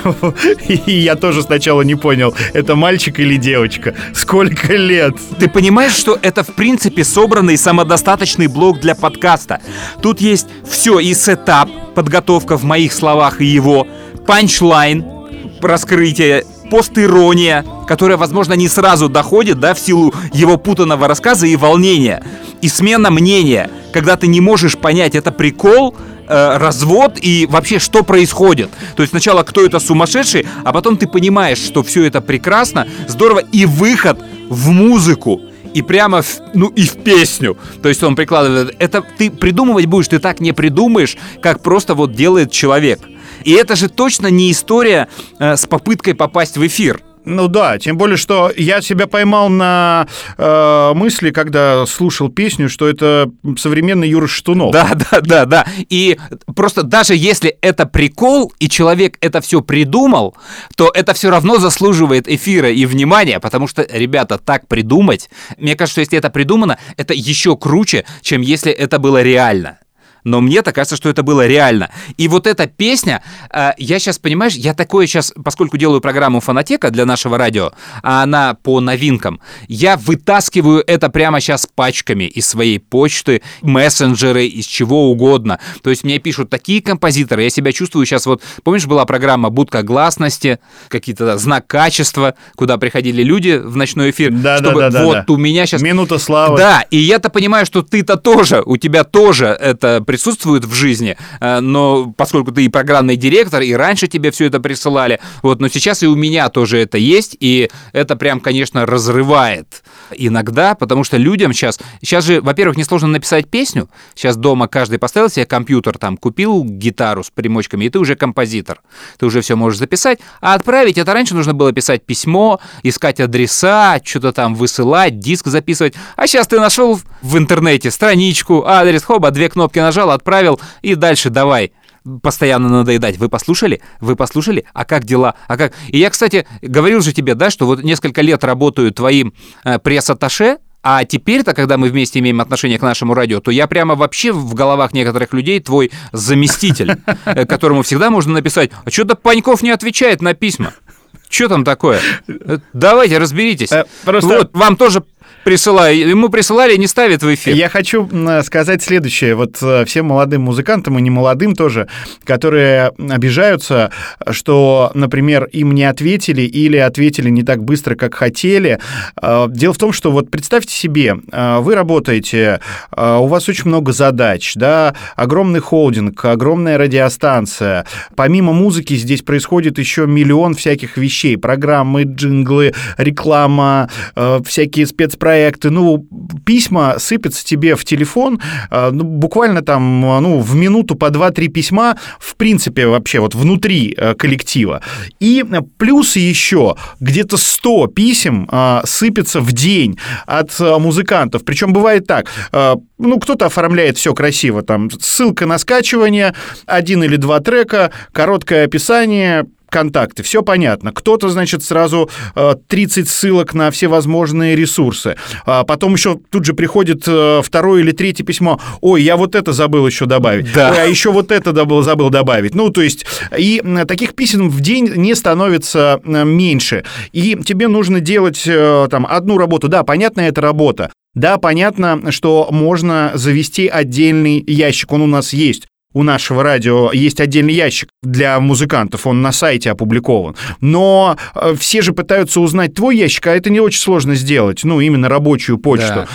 Speaker 1: и я тоже сначала не понял, это мальчик или девочка. Сколько лет?
Speaker 2: Ты понимаешь, что это в принципе собранный самодостаточный блок для подкаста? Тут есть все: и сетап, подготовка в моих словах и его, панчлайн, раскрытие, постирония, которая, возможно, не сразу доходит, да, в силу его путанного рассказа и волнения, и смена мнения, когда ты не можешь понять, это прикол, э, развод и вообще что происходит. То есть сначала кто это сумасшедший, а потом ты понимаешь, что все это прекрасно, здорово, и выход в музыку. И прямо, в, ну, и в песню. То есть он прикладывает. Это ты придумывать будешь, ты так не придумаешь, как просто вот делает человек. И это же точно не история э, с попыткой попасть в эфир.
Speaker 1: Ну да, тем более, что я себя поймал на э, мысли, когда слушал песню, что это современный Юра Шатунов.
Speaker 2: Да, да, да, да. И просто даже если это прикол, и человек это все придумал, то это все равно заслуживает эфира и внимания, потому что, ребята, так придумать, мне кажется, что если это придумано, это еще круче, чем если это было реально. Но мне-то кажется, что это было реально. И вот эта песня, э, я сейчас, понимаешь, я такое сейчас, поскольку делаю программу «Фонотека» для нашего радио, а она по новинкам, я вытаскиваю это прямо сейчас пачками из своей почты, мессенджеры, из чего угодно. То есть мне пишут такие композиторы, я себя чувствую сейчас, вот, помнишь, была программа «Будка гласности», какие-то да, знак качества, куда приходили люди в ночной эфир,
Speaker 1: да,
Speaker 2: чтобы
Speaker 1: да, да,
Speaker 2: вот
Speaker 1: да, да.
Speaker 2: у меня сейчас...
Speaker 1: Минута славы.
Speaker 2: Да, и я-то понимаю, что ты-то тоже, у тебя тоже это присутствует в жизни, но поскольку ты и программный директор, и раньше тебе все это присылали, вот, но сейчас и у меня тоже это есть, и это прям, конечно, разрывает иногда, потому что людям сейчас, сейчас же, во-первых, несложно написать песню, сейчас дома каждый поставил себе компьютер, там, купил гитару с примочками, и ты уже композитор, ты уже все можешь записать, а отправить, это раньше нужно было писать письмо, искать адреса, что-то там высылать, диск записывать, а сейчас ты нашел в интернете страничку, адрес, хоба, две кнопки нажал, отправил, и дальше давай. постоянно надоедать. Вы послушали? Вы послушали? А как дела? А как? И я, кстати, говорил же тебе, да, что вот несколько лет работаю твоим э, пресс-атташе, а теперь-то, когда мы вместе имеем отношение к нашему радио, то я прямо вообще в головах некоторых людей твой заместитель, которому всегда можно написать: а что-то Паньков не отвечает на письма. Что там такое? Давайте, разберитесь. Просто... Вот, вам тоже присылаю. Ему присылали, не ставят в эфир.
Speaker 1: Я хочу сказать следующее. Вот всем молодым музыкантам и не молодым тоже, которые обижаются, что, например, им не ответили или ответили не так быстро, как хотели. Дело в том, что вот представьте себе, вы работаете, у вас очень много задач, да, огромный холдинг, огромная радиостанция. Помимо музыки здесь происходит еще миллион всяких вещей. Программы, джинглы, реклама, всякие спецпроекты. Ну, письма сыпятся тебе в телефон, ну, буквально там, ну, в минуту по два-три письма, в принципе, вообще вот внутри коллектива. И плюс еще где-то сто писем сыпятся в день от музыкантов. Причем бывает так, ну, кто-то оформляет все красиво, там, ссылка на скачивание, один или два трека, короткое описание, контакты, все понятно. Кто-то, значит, сразу тридцать ссылок на все возможные ресурсы. Потом еще тут же приходит второе или третье письмо. Ой, я вот это забыл еще добавить. Да. Ой, а еще вот это забыл, забыл добавить. Ну, то есть, и таких писем в день не становится меньше. И тебе нужно делать там одну работу. Да, понятно, это работа. Да, понятно, что можно завести отдельный ящик. Он у нас есть. У нашего радио есть отдельный ящик для музыкантов, он на сайте опубликован. Но все же пытаются узнать твой ящик, а это не очень сложно сделать, ну, именно рабочую почту. Да.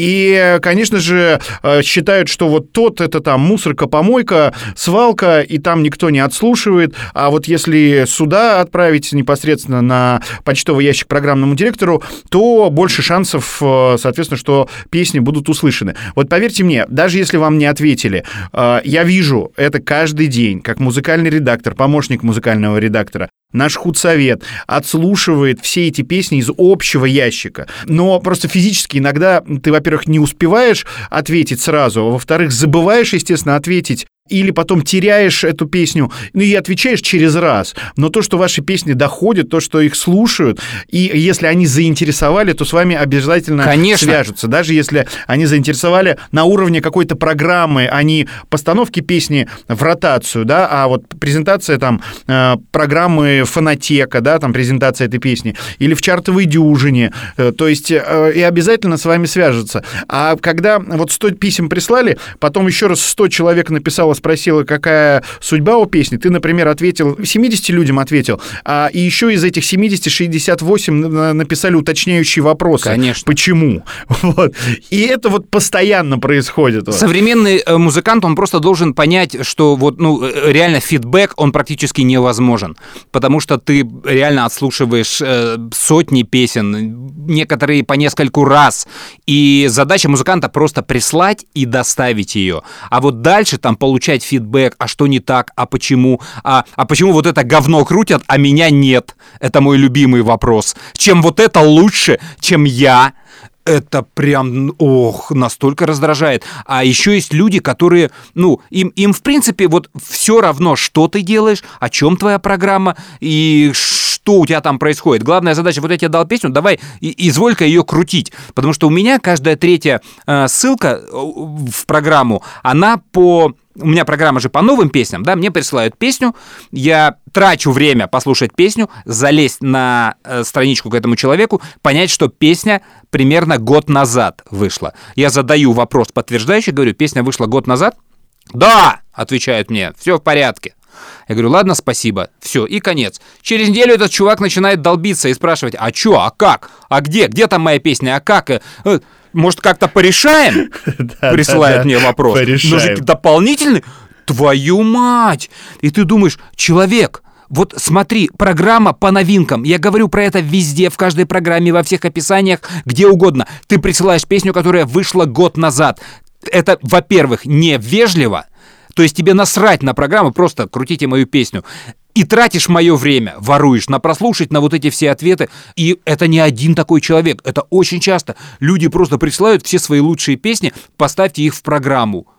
Speaker 1: И, конечно же, считают, что вот тот, это там мусорка, помойка, свалка, и там никто не отслушивает. А вот если сюда отправить непосредственно на почтовый ящик программному директору, то больше шансов, соответственно, что песни будут услышаны. Вот поверьте мне, даже если вам не ответили, я вижу это каждый день, как музыкальный редактор, помощник музыкального редактора, наш худсовет отслушивает все эти песни из общего ящика. Но просто физически иногда ты, во-первых, не успеваешь ответить сразу, а во-вторых, забываешь, естественно, ответить, или потом теряешь эту песню, ну и отвечаешь через раз. Но то, что ваши песни доходят, то, что их слушают, и если они заинтересовали, то с вами обязательно Конечно. свяжутся. Даже если они заинтересовали на уровне какой-то программы, а не постановки песни в ротацию, да, а вот презентация там программы «Фонотека», да, там презентация этой песни, или в чартовой дюжине, то есть и обязательно с вами свяжутся. А когда вот сто писем прислали, потом еще раз сто человек написало, спросила, какая судьба у песни, ты, например, ответил, семьдесят людям ответил, а и еще из этих семидесяти шестьдесят восемь написали уточняющие вопросы.
Speaker 2: Конечно.
Speaker 1: Почему? Вот. И это вот постоянно происходит.
Speaker 2: Современный музыкант, он просто должен понять, что вот, ну, реально фидбэк, он практически невозможен, потому что ты реально отслушиваешь э, сотни песен, некоторые по нескольку раз, и задача музыканта просто прислать и доставить ее. А вот дальше там получать фидбэк, а что не так, а почему, а, а почему вот это говно крутят, а меня нет. Это мой любимый вопрос. Чем вот это лучше, чем я? Это прям, ох, настолько раздражает. А еще есть люди, которые, ну, им, им в принципе вот все равно, что ты делаешь, о чем твоя программа и что у тебя там происходит. Главная задача, вот я тебе дал песню, давай изволь-ка ее крутить. Потому что у меня каждая третья э, ссылка в программу, она по... У меня программа же по новым песням, да, мне присылают песню, я трачу время послушать песню, залезть на э, страничку к этому человеку, понять, что песня примерно год назад вышла. Я задаю вопрос подтверждающий, говорю, песня вышла год назад? Да, отвечают мне, все в порядке. Я говорю, ладно, спасибо, все, и конец. Через неделю этот чувак начинает долбиться и спрашивать, а чё, а как, а где, где там моя песня, а как... Может, как-то порешаем? Присылает мне вопрос. Нужен дополнительный? Твою мать! И ты думаешь, человек, вот смотри, программа по новинкам. Я говорю про это везде, в каждой программе, во всех описаниях, где угодно. Ты присылаешь песню, которая вышла год назад. Это, во-первых, невежливо. То есть тебе насрать на программу, просто крутите мою песню. И тратишь мое время, воруешь, на прослушать, на вот эти все ответы. И это не один такой человек, это очень часто. Люди просто присылают все свои лучшие песни, поставьте их в программу.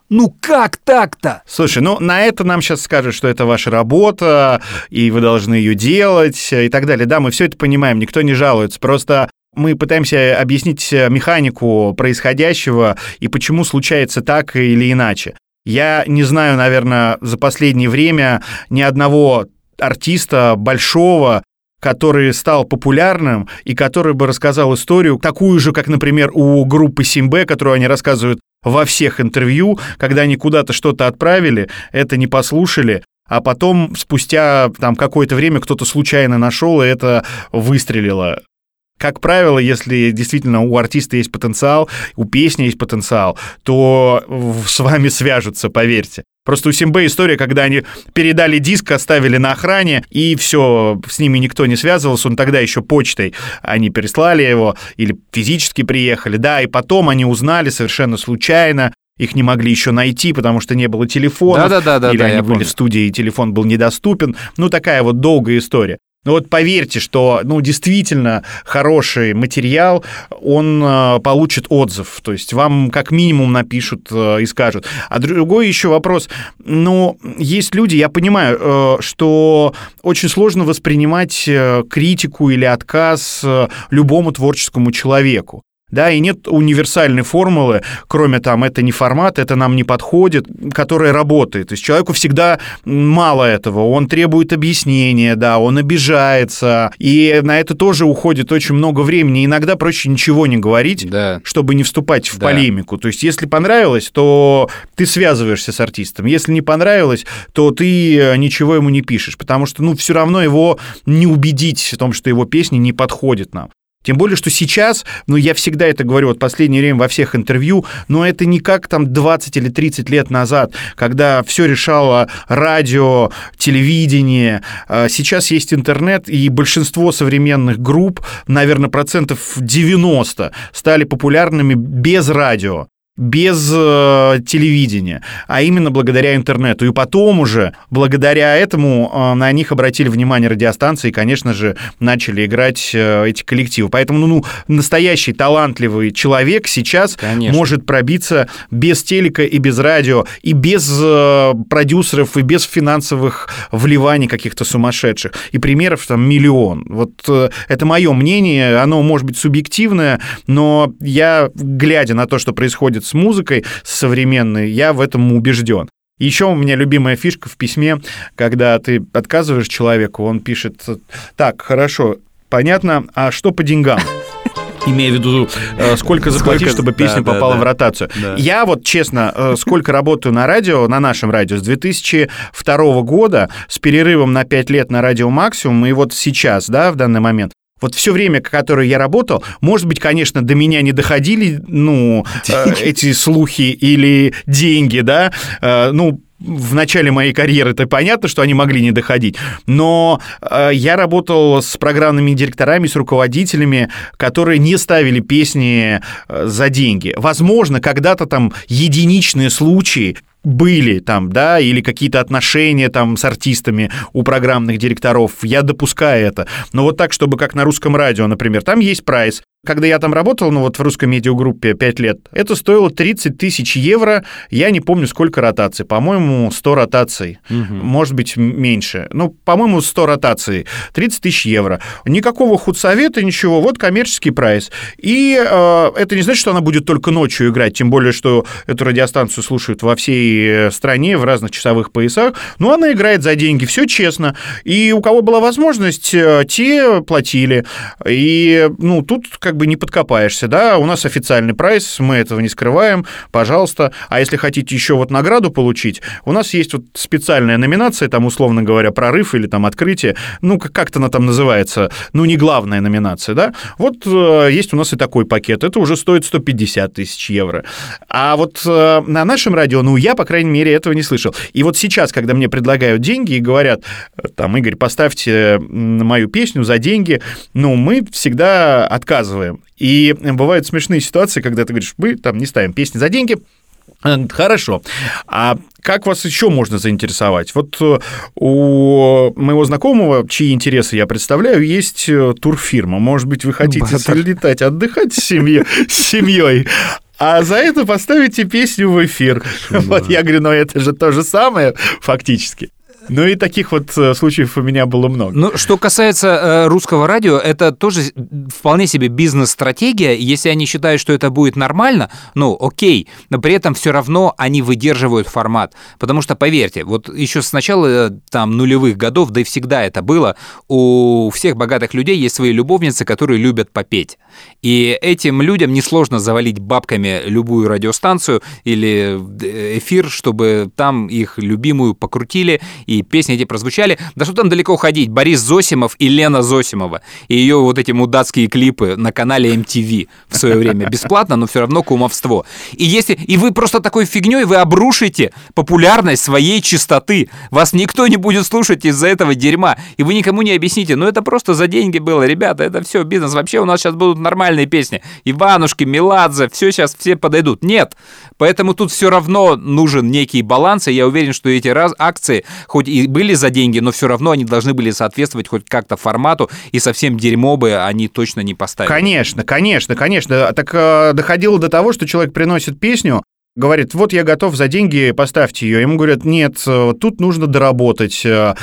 Speaker 2: Ну как так-то?
Speaker 1: Слушай, ну на это нам сейчас скажут, что это ваша работа, и вы должны ее делать, и так далее. Да, мы все это понимаем, никто не жалуется. Просто мы пытаемся объяснить механику происходящего и почему случается так или иначе. Я не знаю, наверное, за последнее время ни одного артиста большого, который стал популярным и который бы рассказал историю такую же, как, например, у группы Симбэ, которую они рассказывают во всех интервью, когда они куда-то что-то отправили, это не послушали, а потом спустя там какое-то время кто-то случайно нашел, и это выстрелило. Как правило, если действительно у артиста есть потенциал, у песни есть потенциал, то с вами свяжутся, поверьте. Просто у Симбэ история, когда они передали диск, оставили на охране, и все, с ними никто не связывался, он тогда еще почтой, они переслали его или физически приехали, да, и потом они узнали совершенно случайно, их не могли еще найти, потому что не было телефона,
Speaker 2: да, да, да,
Speaker 1: или
Speaker 2: да,
Speaker 1: они были
Speaker 2: помню.
Speaker 1: в студии, и телефон был недоступен, ну, такая вот долгая история. Но вот поверьте, что, ну, действительно хороший материал, он э, получит отзыв, то есть вам как минимум напишут э, и скажут. А другой еще вопрос, ну, есть люди, я понимаю, э, что очень сложно воспринимать э, критику или отказ э, любому творческому человеку. Да, и нет универсальной формулы, кроме там «это не формат, это нам не подходит», которая работает. То есть человеку всегда мало этого, он требует объяснения, да, он обижается, и на это тоже уходит очень много времени. Иногда проще ничего не говорить, да, чтобы не вступать в да. полемику. То есть если понравилось, то ты связываешься с артистом, если не понравилось, то ты ничего ему не пишешь, потому что, ну, все равно его не убедить в том, что его песни не подходят нам. Тем более, что сейчас, ну, я всегда это говорю, вот в последнее время во всех интервью, но это не как там двадцать или тридцать лет назад, когда все решало радио, телевидение. Сейчас есть интернет, и большинство современных групп, наверное, процентов девяносто стали популярными без радио, без э, телевидения, а именно благодаря интернету. И потом уже, благодаря этому, э, на них обратили внимание радиостанции и, конечно же, начали играть э, эти коллективы. Поэтому, ну, ну, настоящий талантливый человек сейчас конечно. Может пробиться без телека и без радио, и без э, продюсеров, и без финансовых вливаний каких-то сумасшедших. И примеров там миллион. Вот э, это мое мнение, оно может быть субъективное, но я, глядя на то, что происходит с музыкой современной, я в этом убежден. Еще у меня любимая фишка в письме, когда ты отказываешь человеку, он пишет: так, хорошо, понятно, а что по деньгам? Имея в виду, сколько заплатить, сколько... чтобы песня да, попала да, в ротацию. Да. Я вот, честно, сколько работаю на радио, на нашем радио, с две тысячи второго года, с перерывом на пять лет на радио «Максимум», и вот сейчас, да, в данный момент, вот все время, которое я работал, может быть, конечно, до меня не доходили, ну, э, эти слухи или деньги, да, э, ну, в начале моей карьеры это понятно, что они могли не доходить, но э, я работал с программными директорами, с руководителями, которые не ставили песни э, за деньги. Возможно, когда-то там единичные случаи были там, да, или какие-то отношения там с артистами у программных директоров, я допускаю это. Но вот так, чтобы как на русском радио, например, там есть прайс. Когда я там работал, ну вот в русской медиагруппе пять лет, это стоило тридцать тысяч евро, я не помню, сколько ротаций, по-моему, сто ротаций, угу. может быть, меньше, ну, по-моему, сто ротаций, тридцать тысяч евро. Никакого худсовета, ничего, вот коммерческий прайс. И э, это не значит, что она будет только ночью играть, тем более, что эту радиостанцию слушают во всей стране, в разных часовых поясах, но она играет за деньги, все честно. И у кого была возможность, те платили. И, ну, тут как бы не подкопаешься, да, у нас официальный прайс, мы этого не скрываем, пожалуйста. А если хотите еще вот награду получить, у нас есть вот специальная номинация, там, условно говоря, прорыв или там открытие, ну, как-то она там называется, ну, не главная номинация, да, вот э, есть у нас и такой пакет, это уже стоит сто пятьдесят тысяч евро. А вот э, на нашем радио, ну, я, по крайней мере, этого не слышал. И вот сейчас, когда мне предлагают деньги и говорят, там, Игорь, поставьте мою песню за деньги, ну, мы всегда отказываем. И бывают смешные ситуации, когда ты говоришь, мы там не ставим песни за деньги. Хорошо. А как вас еще можно заинтересовать? Вот у моего знакомого, чьи интересы я представляю, есть турфирма. Может быть, вы хотите слетать, отдыхать с семьей, с семьей, а за это поставите песню в эфир. Вот я говорю, ну это же то же самое фактически. Ну и таких вот случаев у меня было много.
Speaker 2: Ну, что касается э, русского радио, это тоже вполне себе бизнес-стратегия. Если они считают, что это будет нормально, ну, окей, но при этом все равно они выдерживают формат. Потому что, поверьте, вот еще с начала там нулевых годов, да и всегда это было, у всех богатых людей есть свои любовницы, которые любят попеть. И этим людям несложно завалить бабками любую радиостанцию или эфир, чтобы там их любимую покрутили, и песни эти прозвучали. Да что там далеко ходить? Борис Зосимов и Лена Зосимова. И ее вот эти мудацкие клипы на канале эм ти ви в свое время. Бесплатно, но все равно кумовство. И если и вы просто такой фигней, вы обрушите популярность своей чистоты. Вас никто не будет слушать из-за этого дерьма. И вы никому не объясните. Ну это просто за деньги было. Ребята, это все бизнес. Вообще у нас сейчас будут нормальные песни. Иванушки, Меладзе, все сейчас все подойдут. Нет. Поэтому тут все равно нужен некий баланс. И я уверен, что эти раз акции, хоть и были за деньги, но все равно они должны были соответствовать хоть как-то формату, и совсем дерьмо бы они точно не поставили.
Speaker 1: Конечно, конечно, конечно. Так э, доходило до того, что человек приносит песню, говорит, вот я готов за деньги, поставьте ее. Ему говорят, нет, тут нужно доработать.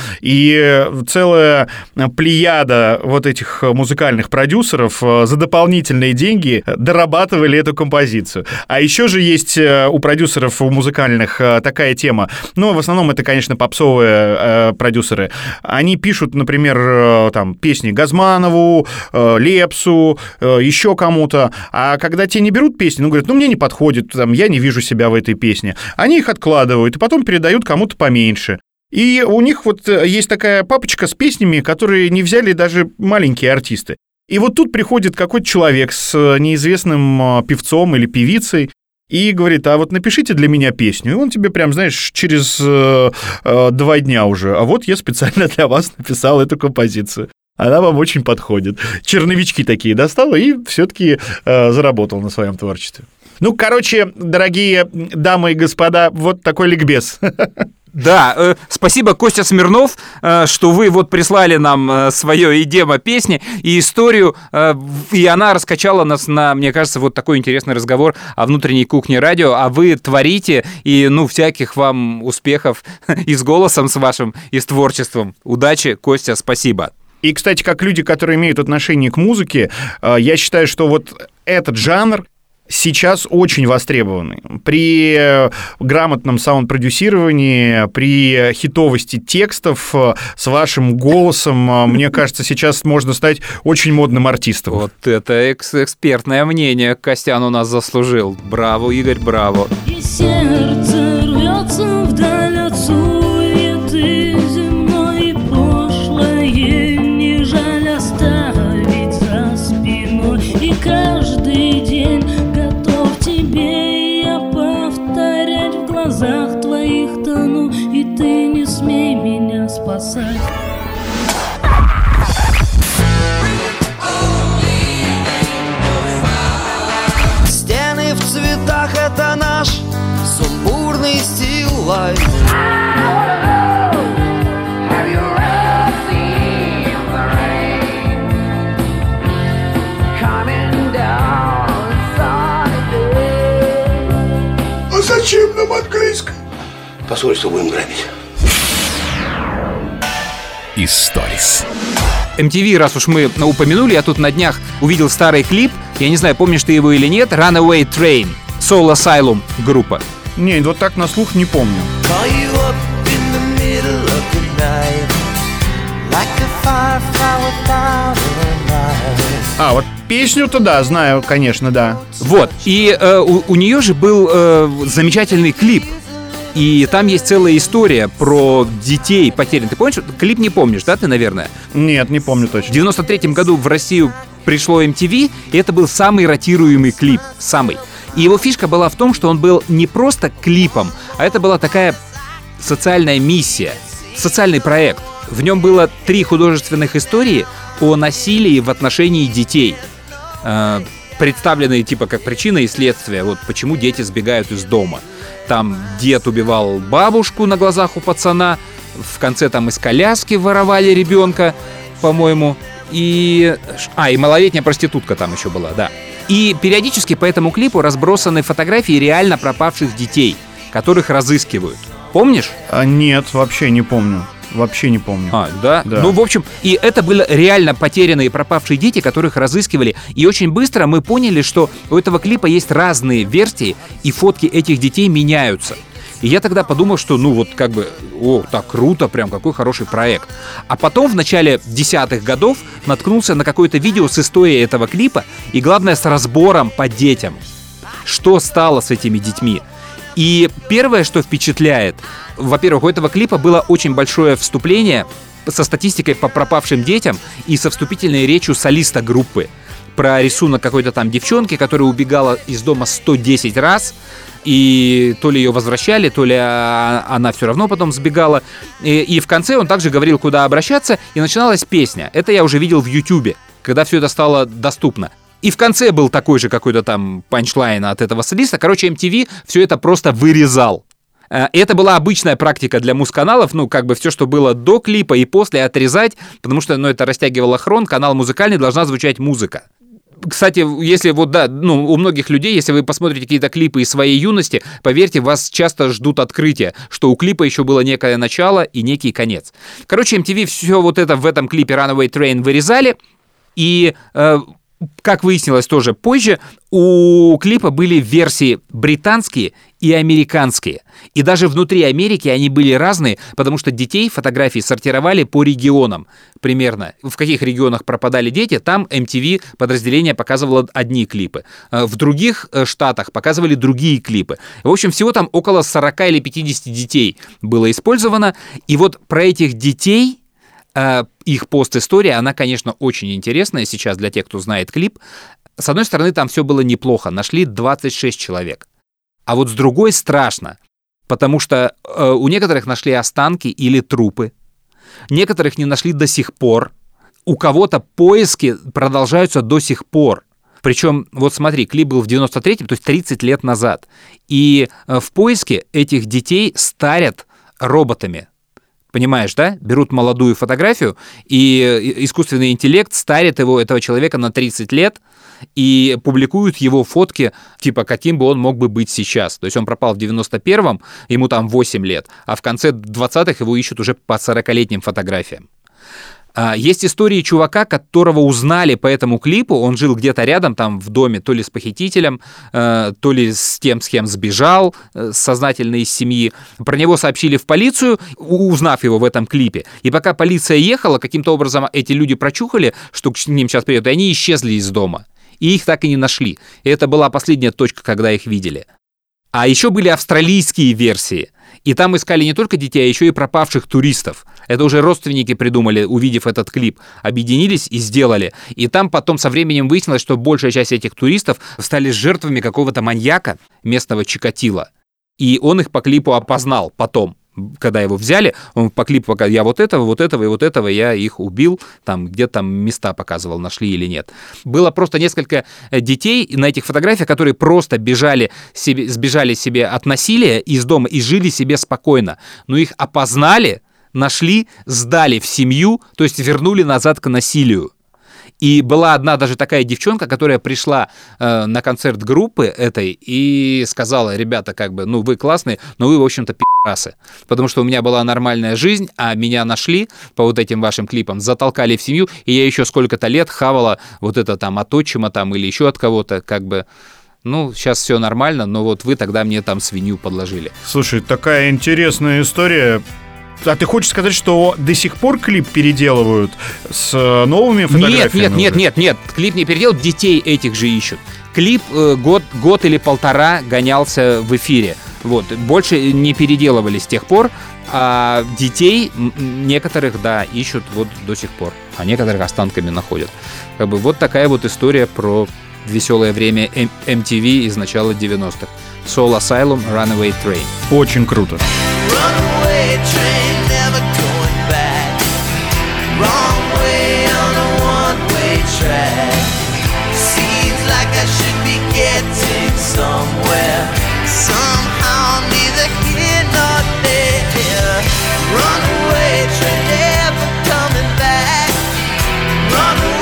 Speaker 1: И целая плеяда вот этих музыкальных продюсеров за дополнительные деньги дорабатывали эту композицию. А еще же есть у продюсеров, у музыкальных такая тема, ну, в основном это, конечно, попсовые продюсеры. Они пишут, например, там, песни Газманову, Лепсу, еще кому-то. А когда те не берут песни, ну, говорят, ну, мне не подходит, там, я не вижу себя в этой песне. Они их откладывают и потом передают кому-то поменьше. И у них вот есть такая папочка с песнями, которые не взяли даже маленькие артисты. И вот тут приходит какой-то человек с неизвестным певцом или певицей и говорит, а вот напишите для меня песню. И он тебе прям, знаешь, через э, э, два дня уже, а вот я специально для вас написал эту композицию. Она вам очень подходит. Черновички такие достал и все-таки э, заработал на своем творчестве. Ну, короче, дорогие дамы и господа, вот такой ликбез.
Speaker 2: Да, э, спасибо, Костя Смирнов, э, что вы вот прислали нам э, свое и демо песни, и историю, э, и она раскачала нас на, мне кажется, вот такой интересный разговор о внутренней кухне радио, а вы творите, и, ну, всяких вам успехов и с голосом с вашим, и с творчеством. Удачи, Костя, спасибо.
Speaker 1: И, кстати, как люди, которые имеют отношение к музыке, э, я считаю, что вот этот жанр сейчас очень востребованный. При грамотном саунд-продюсировании, при хитовости текстов с вашим голосом, мне кажется, сейчас можно стать очень модным артистом.
Speaker 2: Вот это экс- экспертное мнение Костян у нас заслужил. Браво, Игорь, браво.
Speaker 10: И сердце рвется вдаль от суеты земной, и прошлое не жаль оставить за спиной. И каждый день в глазах твоих тону, и ты не смей меня спасать.
Speaker 5: Стены в цветах — это наш сумбурный стиль лайф.
Speaker 6: Зачем нам английское?
Speaker 8: Посольство будем грабить.
Speaker 3: Историс.
Speaker 2: эм ти ви, раз уж мы упомянули, я тут на днях увидел старый клип, я не знаю, помнишь ты его или нет, Runaway Train, Soul Asylum группа.
Speaker 1: Не, вот так на слух не помню. А, вот песню-то да, знаю, конечно, да.
Speaker 2: Вот, и э, у, у нее же был э, замечательный клип. И там есть целая история про детей потерянных. Ты помнишь? Клип не помнишь, да, ты, наверное?
Speaker 1: Нет, не помню точно.
Speaker 2: В девяносто третьем году в Россию пришло эм ти ви, и это был самый ротируемый клип. Самый. И его фишка была в том, что он был не просто клипом, а это была такая социальная миссия, социальный проект. В нем было три художественных истории о насилии в отношении детей, э, представленные типа как причина и следствие, вот почему дети сбегают из дома. Там дед убивал бабушку на глазах у пацана, в конце там из коляски воровали ребенка, по-моему, И... А, и малолетняя проститутка там еще была, да. И периодически по этому клипу разбросаны фотографии реально пропавших детей, которых разыскивают. Помнишь?
Speaker 1: А, нет, вообще не помню. Вообще не помню.
Speaker 2: А, да?
Speaker 1: да?
Speaker 2: Ну, в общем, и это были реально потерянные пропавшие дети, которых разыскивали. И очень быстро мы поняли, что у этого клипа есть разные версии, и фотки этих детей меняются. И я тогда подумал, что, ну, вот как бы, о, так круто, прям какой хороший проект. А потом в начале десятых годов наткнулся на какое-то видео с историей этого клипа, и главное, с разбором по детям. Что стало с этими детьми? И первое, что впечатляет, во-первых, у этого клипа было очень большое вступление со статистикой по пропавшим детям и со вступительной речью солиста группы про рисунок какой-то там девчонки, которая убегала из дома сто десять раз, и то ли ее возвращали, то ли она все равно потом сбегала. И, и в конце он также говорил, куда обращаться, и начиналась песня. Это я уже видел в Ютубе, когда все это стало доступно. И в конце был такой же какой-то там панчлайн от этого солиста. Короче, эм ти ви все это просто вырезал. И это была обычная практика для муз-каналов, ну, как бы все, что было до клипа и после, отрезать, потому что, ну, это растягивало хрон, канал музыкальный, должна звучать музыка. Кстати, если вот, да, ну, у многих людей, если вы посмотрите какие-то клипы из своей юности, поверьте, вас часто ждут открытия, что у клипа еще было некое начало и некий конец. Короче, эм ти ви все вот это в этом клипе Runaway Train вырезали, и... Э, как выяснилось тоже позже, у клипа были версии британские и американские. И даже внутри Америки они были разные, потому что детей фотографии сортировали по регионам. Примерно в каких регионах пропадали дети, там эм ти ви подразделение показывало одни клипы. В других штатах показывали другие клипы. В общем, всего там около сорок или пятьдесят детей было использовано. И вот про этих детей... Их пост-история, она, конечно, очень интересная сейчас для тех, кто знает клип. С одной стороны, там все было неплохо, нашли двадцать шесть человек. А вот с другой страшно, потому что э, у некоторых нашли останки или трупы, некоторых не нашли до сих пор, у кого-то поиски продолжаются до сих пор. Причем, вот смотри, клип был в девяносто третьем, то есть тридцать лет назад, и э, в поиске этих детей старят роботами. Понимаешь, да? Берут молодую фотографию, и искусственный интеллект старит его, этого человека на тридцать лет, и публикуют его фотки, типа, каким бы он мог бы быть сейчас. То есть он пропал в девяносто первом, ему там восемь лет, а в конце двадцатых его ищут уже по сорокалетним фотографиям. Есть истории чувака, которого узнали по этому клипу, он жил где-то рядом, там в доме, то ли с похитителем, то ли с тем, с кем сбежал, сознательно из семьи. Про него сообщили в полицию, узнав его в этом клипе. И пока полиция ехала, каким-то образом эти люди прочухали, что к ним сейчас приедут, и они исчезли из дома. И их так и не нашли. И это была последняя точка, когда их видели. А еще были австралийские версии. И там искали не только детей, а еще и пропавших туристов. Это уже родственники придумали, увидев этот клип, объединились и сделали. И там потом со временем выяснилось, что большая часть этих туристов стали жертвами какого-то маньяка, местного Чикатило. И он их по клипу опознал потом. Когда его взяли, он по клипу показал, я вот этого, вот этого и вот этого, я их убил, там, где там места показывал, нашли или нет. Было просто несколько детей на этих фотографиях, которые просто бежали себе, сбежали себе от насилия из дома и жили себе спокойно. Но их опознали, нашли, сдали в семью, то есть вернули назад к насилию. И была одна даже такая девчонка, которая пришла э, на концерт группы этой и сказала: ребята, как бы, ну вы классные, но вы, в общем-то, пи***асы. Потому что у меня была нормальная жизнь, а меня нашли по вот этим вашим клипам, затолкали в семью, и я еще сколько-то лет хавала вот это там от отчима там или еще от кого-то, как бы... Ну, сейчас все нормально, но вот вы тогда мне там свинью подложили.
Speaker 1: Слушай, такая интересная история. А ты хочешь сказать, что до сих пор клип переделывают с новыми фотографиями?
Speaker 2: Нет, нет, нет, нет, нет, клип не переделывают, детей этих же ищут. Клип э, год, год или полтора гонялся в эфире. Вот, больше не переделывали с тех пор, а детей некоторых, да, ищут вот до сих пор, а некоторых останками находят. Как бы вот такая вот история про веселое время эм ти ви из начала девяностых. Soul Asylum, Runaway Train.
Speaker 1: Очень круто.
Speaker 5: Runaway train, never going back. Wrong way on a one-way track. Seems like I should be getting somewhere. Somehow neither here nor there. Runaway train, never coming back. Runaway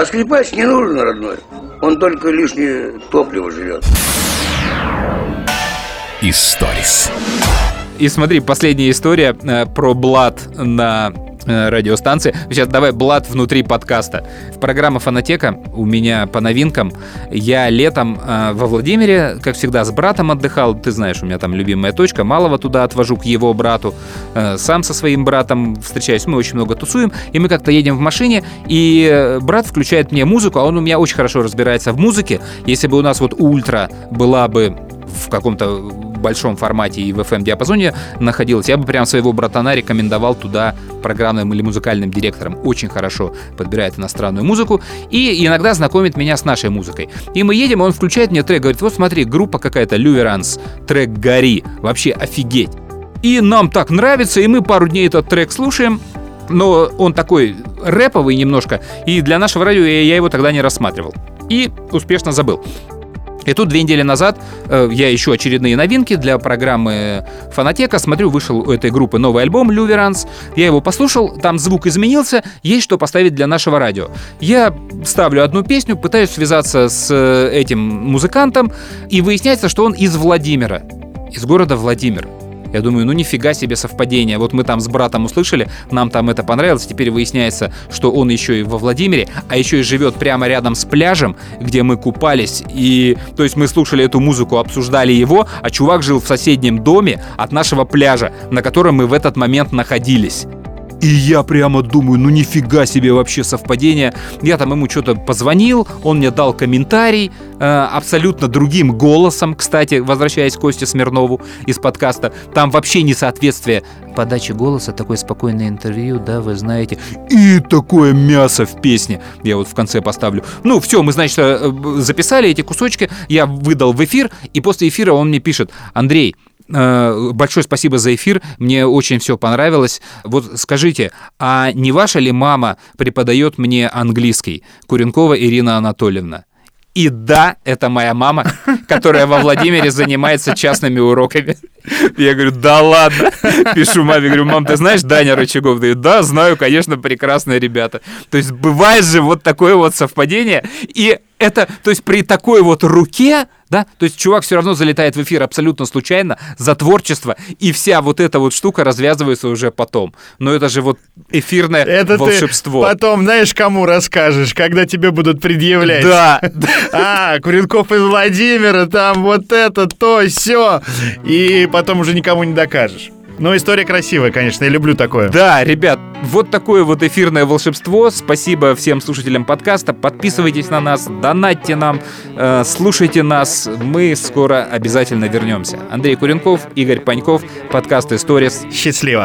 Speaker 14: А скрипач не нужен, родной. Он только лишнее топливо жрет.
Speaker 3: Историс.
Speaker 2: И смотри, последняя история э, про блат на э, радиостанции. Сейчас давай блат внутри подкаста. В программе «Фонотека» у меня по новинкам. Я летом э, во Владимире, как всегда, с братом отдыхал. Ты знаешь, у меня там любимая точка. Малого туда отвожу к его брату. Э, сам со своим братом встречаюсь. Мы очень много тусуем. И мы как-то едем в машине, и брат включает мне музыку, а он у меня очень хорошо разбирается в музыке. Если бы у нас вот ультра была бы в каком-то большом формате и в эф эм-диапазоне находилась, я бы прям своего братана рекомендовал туда программным или музыкальным директором. Очень хорошо подбирает иностранную музыку и иногда знакомит меня с нашей музыкой. И мы едем, он включает мне трек, говорит, вот смотри, группа какая-то, Люверанс, трек «Гори», вообще офигеть. И нам так нравится, и мы пару дней этот трек слушаем, но он такой рэповый немножко, и для нашего радио я его тогда не рассматривал. И успешно забыл. И тут две недели назад э, я ищу очередные новинки для программы «Фонотека». Смотрю, вышел у этой группы новый альбом «Люверанс». Я его послушал, там звук изменился, есть что поставить для нашего радио. Я ставлю одну песню, пытаюсь связаться с этим музыкантом, и выясняется, что он из Владимира, из города Владимир. Я думаю, ну нифига себе совпадение. Вот мы там с братом услышали, нам там это понравилось. Теперь выясняется, что он еще и во Владимире, а еще и живет прямо рядом с пляжем, где мы купались. И, то есть мы слушали эту музыку, обсуждали его, а чувак жил в соседнем доме от нашего пляжа, на котором мы в этот момент находились. И я прямо думаю, ну нифига себе вообще совпадение. Я там ему что-то позвонил, он мне дал комментарий э, абсолютно другим голосом, кстати, возвращаясь к Косте Смирнову из подкаста. Там вообще несоответствие подачи голоса, такое спокойное интервью, да, вы знаете. И такое мясо в песне. Я вот в конце поставлю. Ну все, мы, значит, записали эти кусочки, я выдал в эфир, и после эфира он мне пишет: Андрей, большое спасибо за эфир, мне очень все понравилось. Вот скажите, а не ваша ли мама преподает мне английский? Куренкова Ирина Анатольевна. И да, это моя мама, которая во Владимире занимается частными уроками. Я говорю, да ладно. Пишу маме, говорю, мам, ты знаешь Даня Рычагов? Говорит, да, знаю, конечно, прекрасные ребята. То есть бывает же вот такое вот совпадение. И это, то есть при такой вот руке, да, то есть чувак все равно залетает в эфир абсолютно случайно за творчество, и вся вот эта вот штука развязывается уже потом. Но это же вот эфирное это волшебство.
Speaker 1: Ты потом, знаешь, кому расскажешь, когда тебе будут предъявлять.
Speaker 2: Да.
Speaker 1: А, Куренков из Владимира, там вот это, то, сё. И потом уже никому не докажешь. Но история красивая, конечно, я люблю такое.
Speaker 2: Да, ребят, вот такое вот эфирное волшебство. Спасибо всем слушателям подкаста. Подписывайтесь на нас, донатьте нам, э, слушайте нас. Мы скоро обязательно вернемся. Андрей Куренков, Игорь Паньков, подкаст «Историс».
Speaker 1: Счастливо.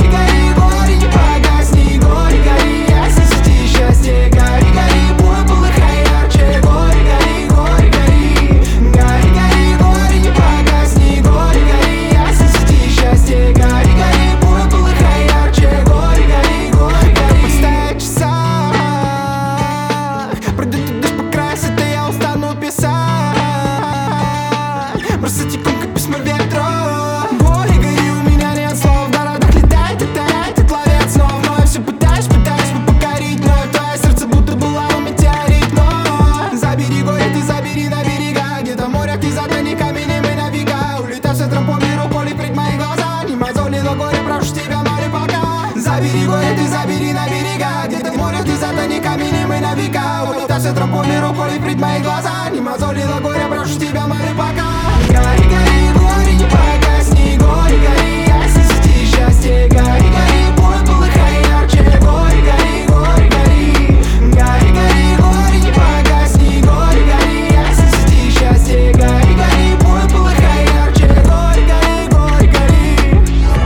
Speaker 5: Забери горе, ты забери на берега, где-то в море ты затони каменем и на века. Улетайся тропами рукой, прить мои глаза, не мозоли до горя, прошу тебя, море, пока. Гори, гори, горе, не погасни, гори, гори, ясность и счастье, гори, гори, пой, полыхай ярче, гори, гори, гори, гори. Гори, гори, горе, не погасни, гори, гори, ясность и счастье, гори, гори, пой, полыхай ярче, гори, гори, гори, гори.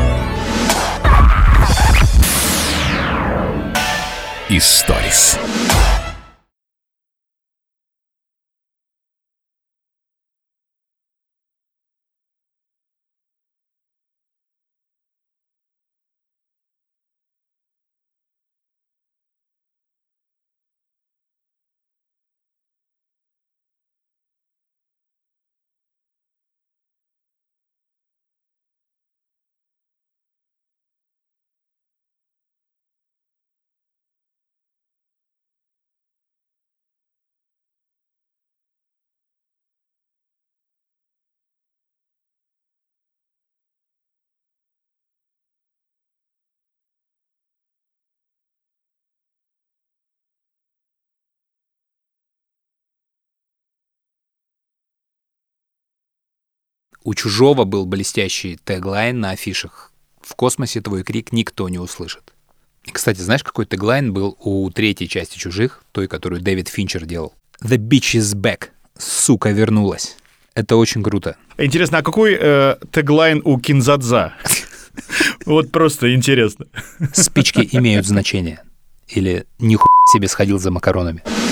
Speaker 3: Историс.
Speaker 2: У «Чужого» был блестящий теглайн на афишах. В космосе твой крик никто не услышит. И, кстати, знаешь, какой теглайн был у третьей части «Чужих», той, которую Дэвид Финчер делал? «The bitch is back». Сука вернулась. Это очень круто.
Speaker 1: Интересно, а какой э, теглайн у Кинзадза? Вот просто интересно.
Speaker 2: Спички имеют значение. Или нихуя себе сходил за макаронами.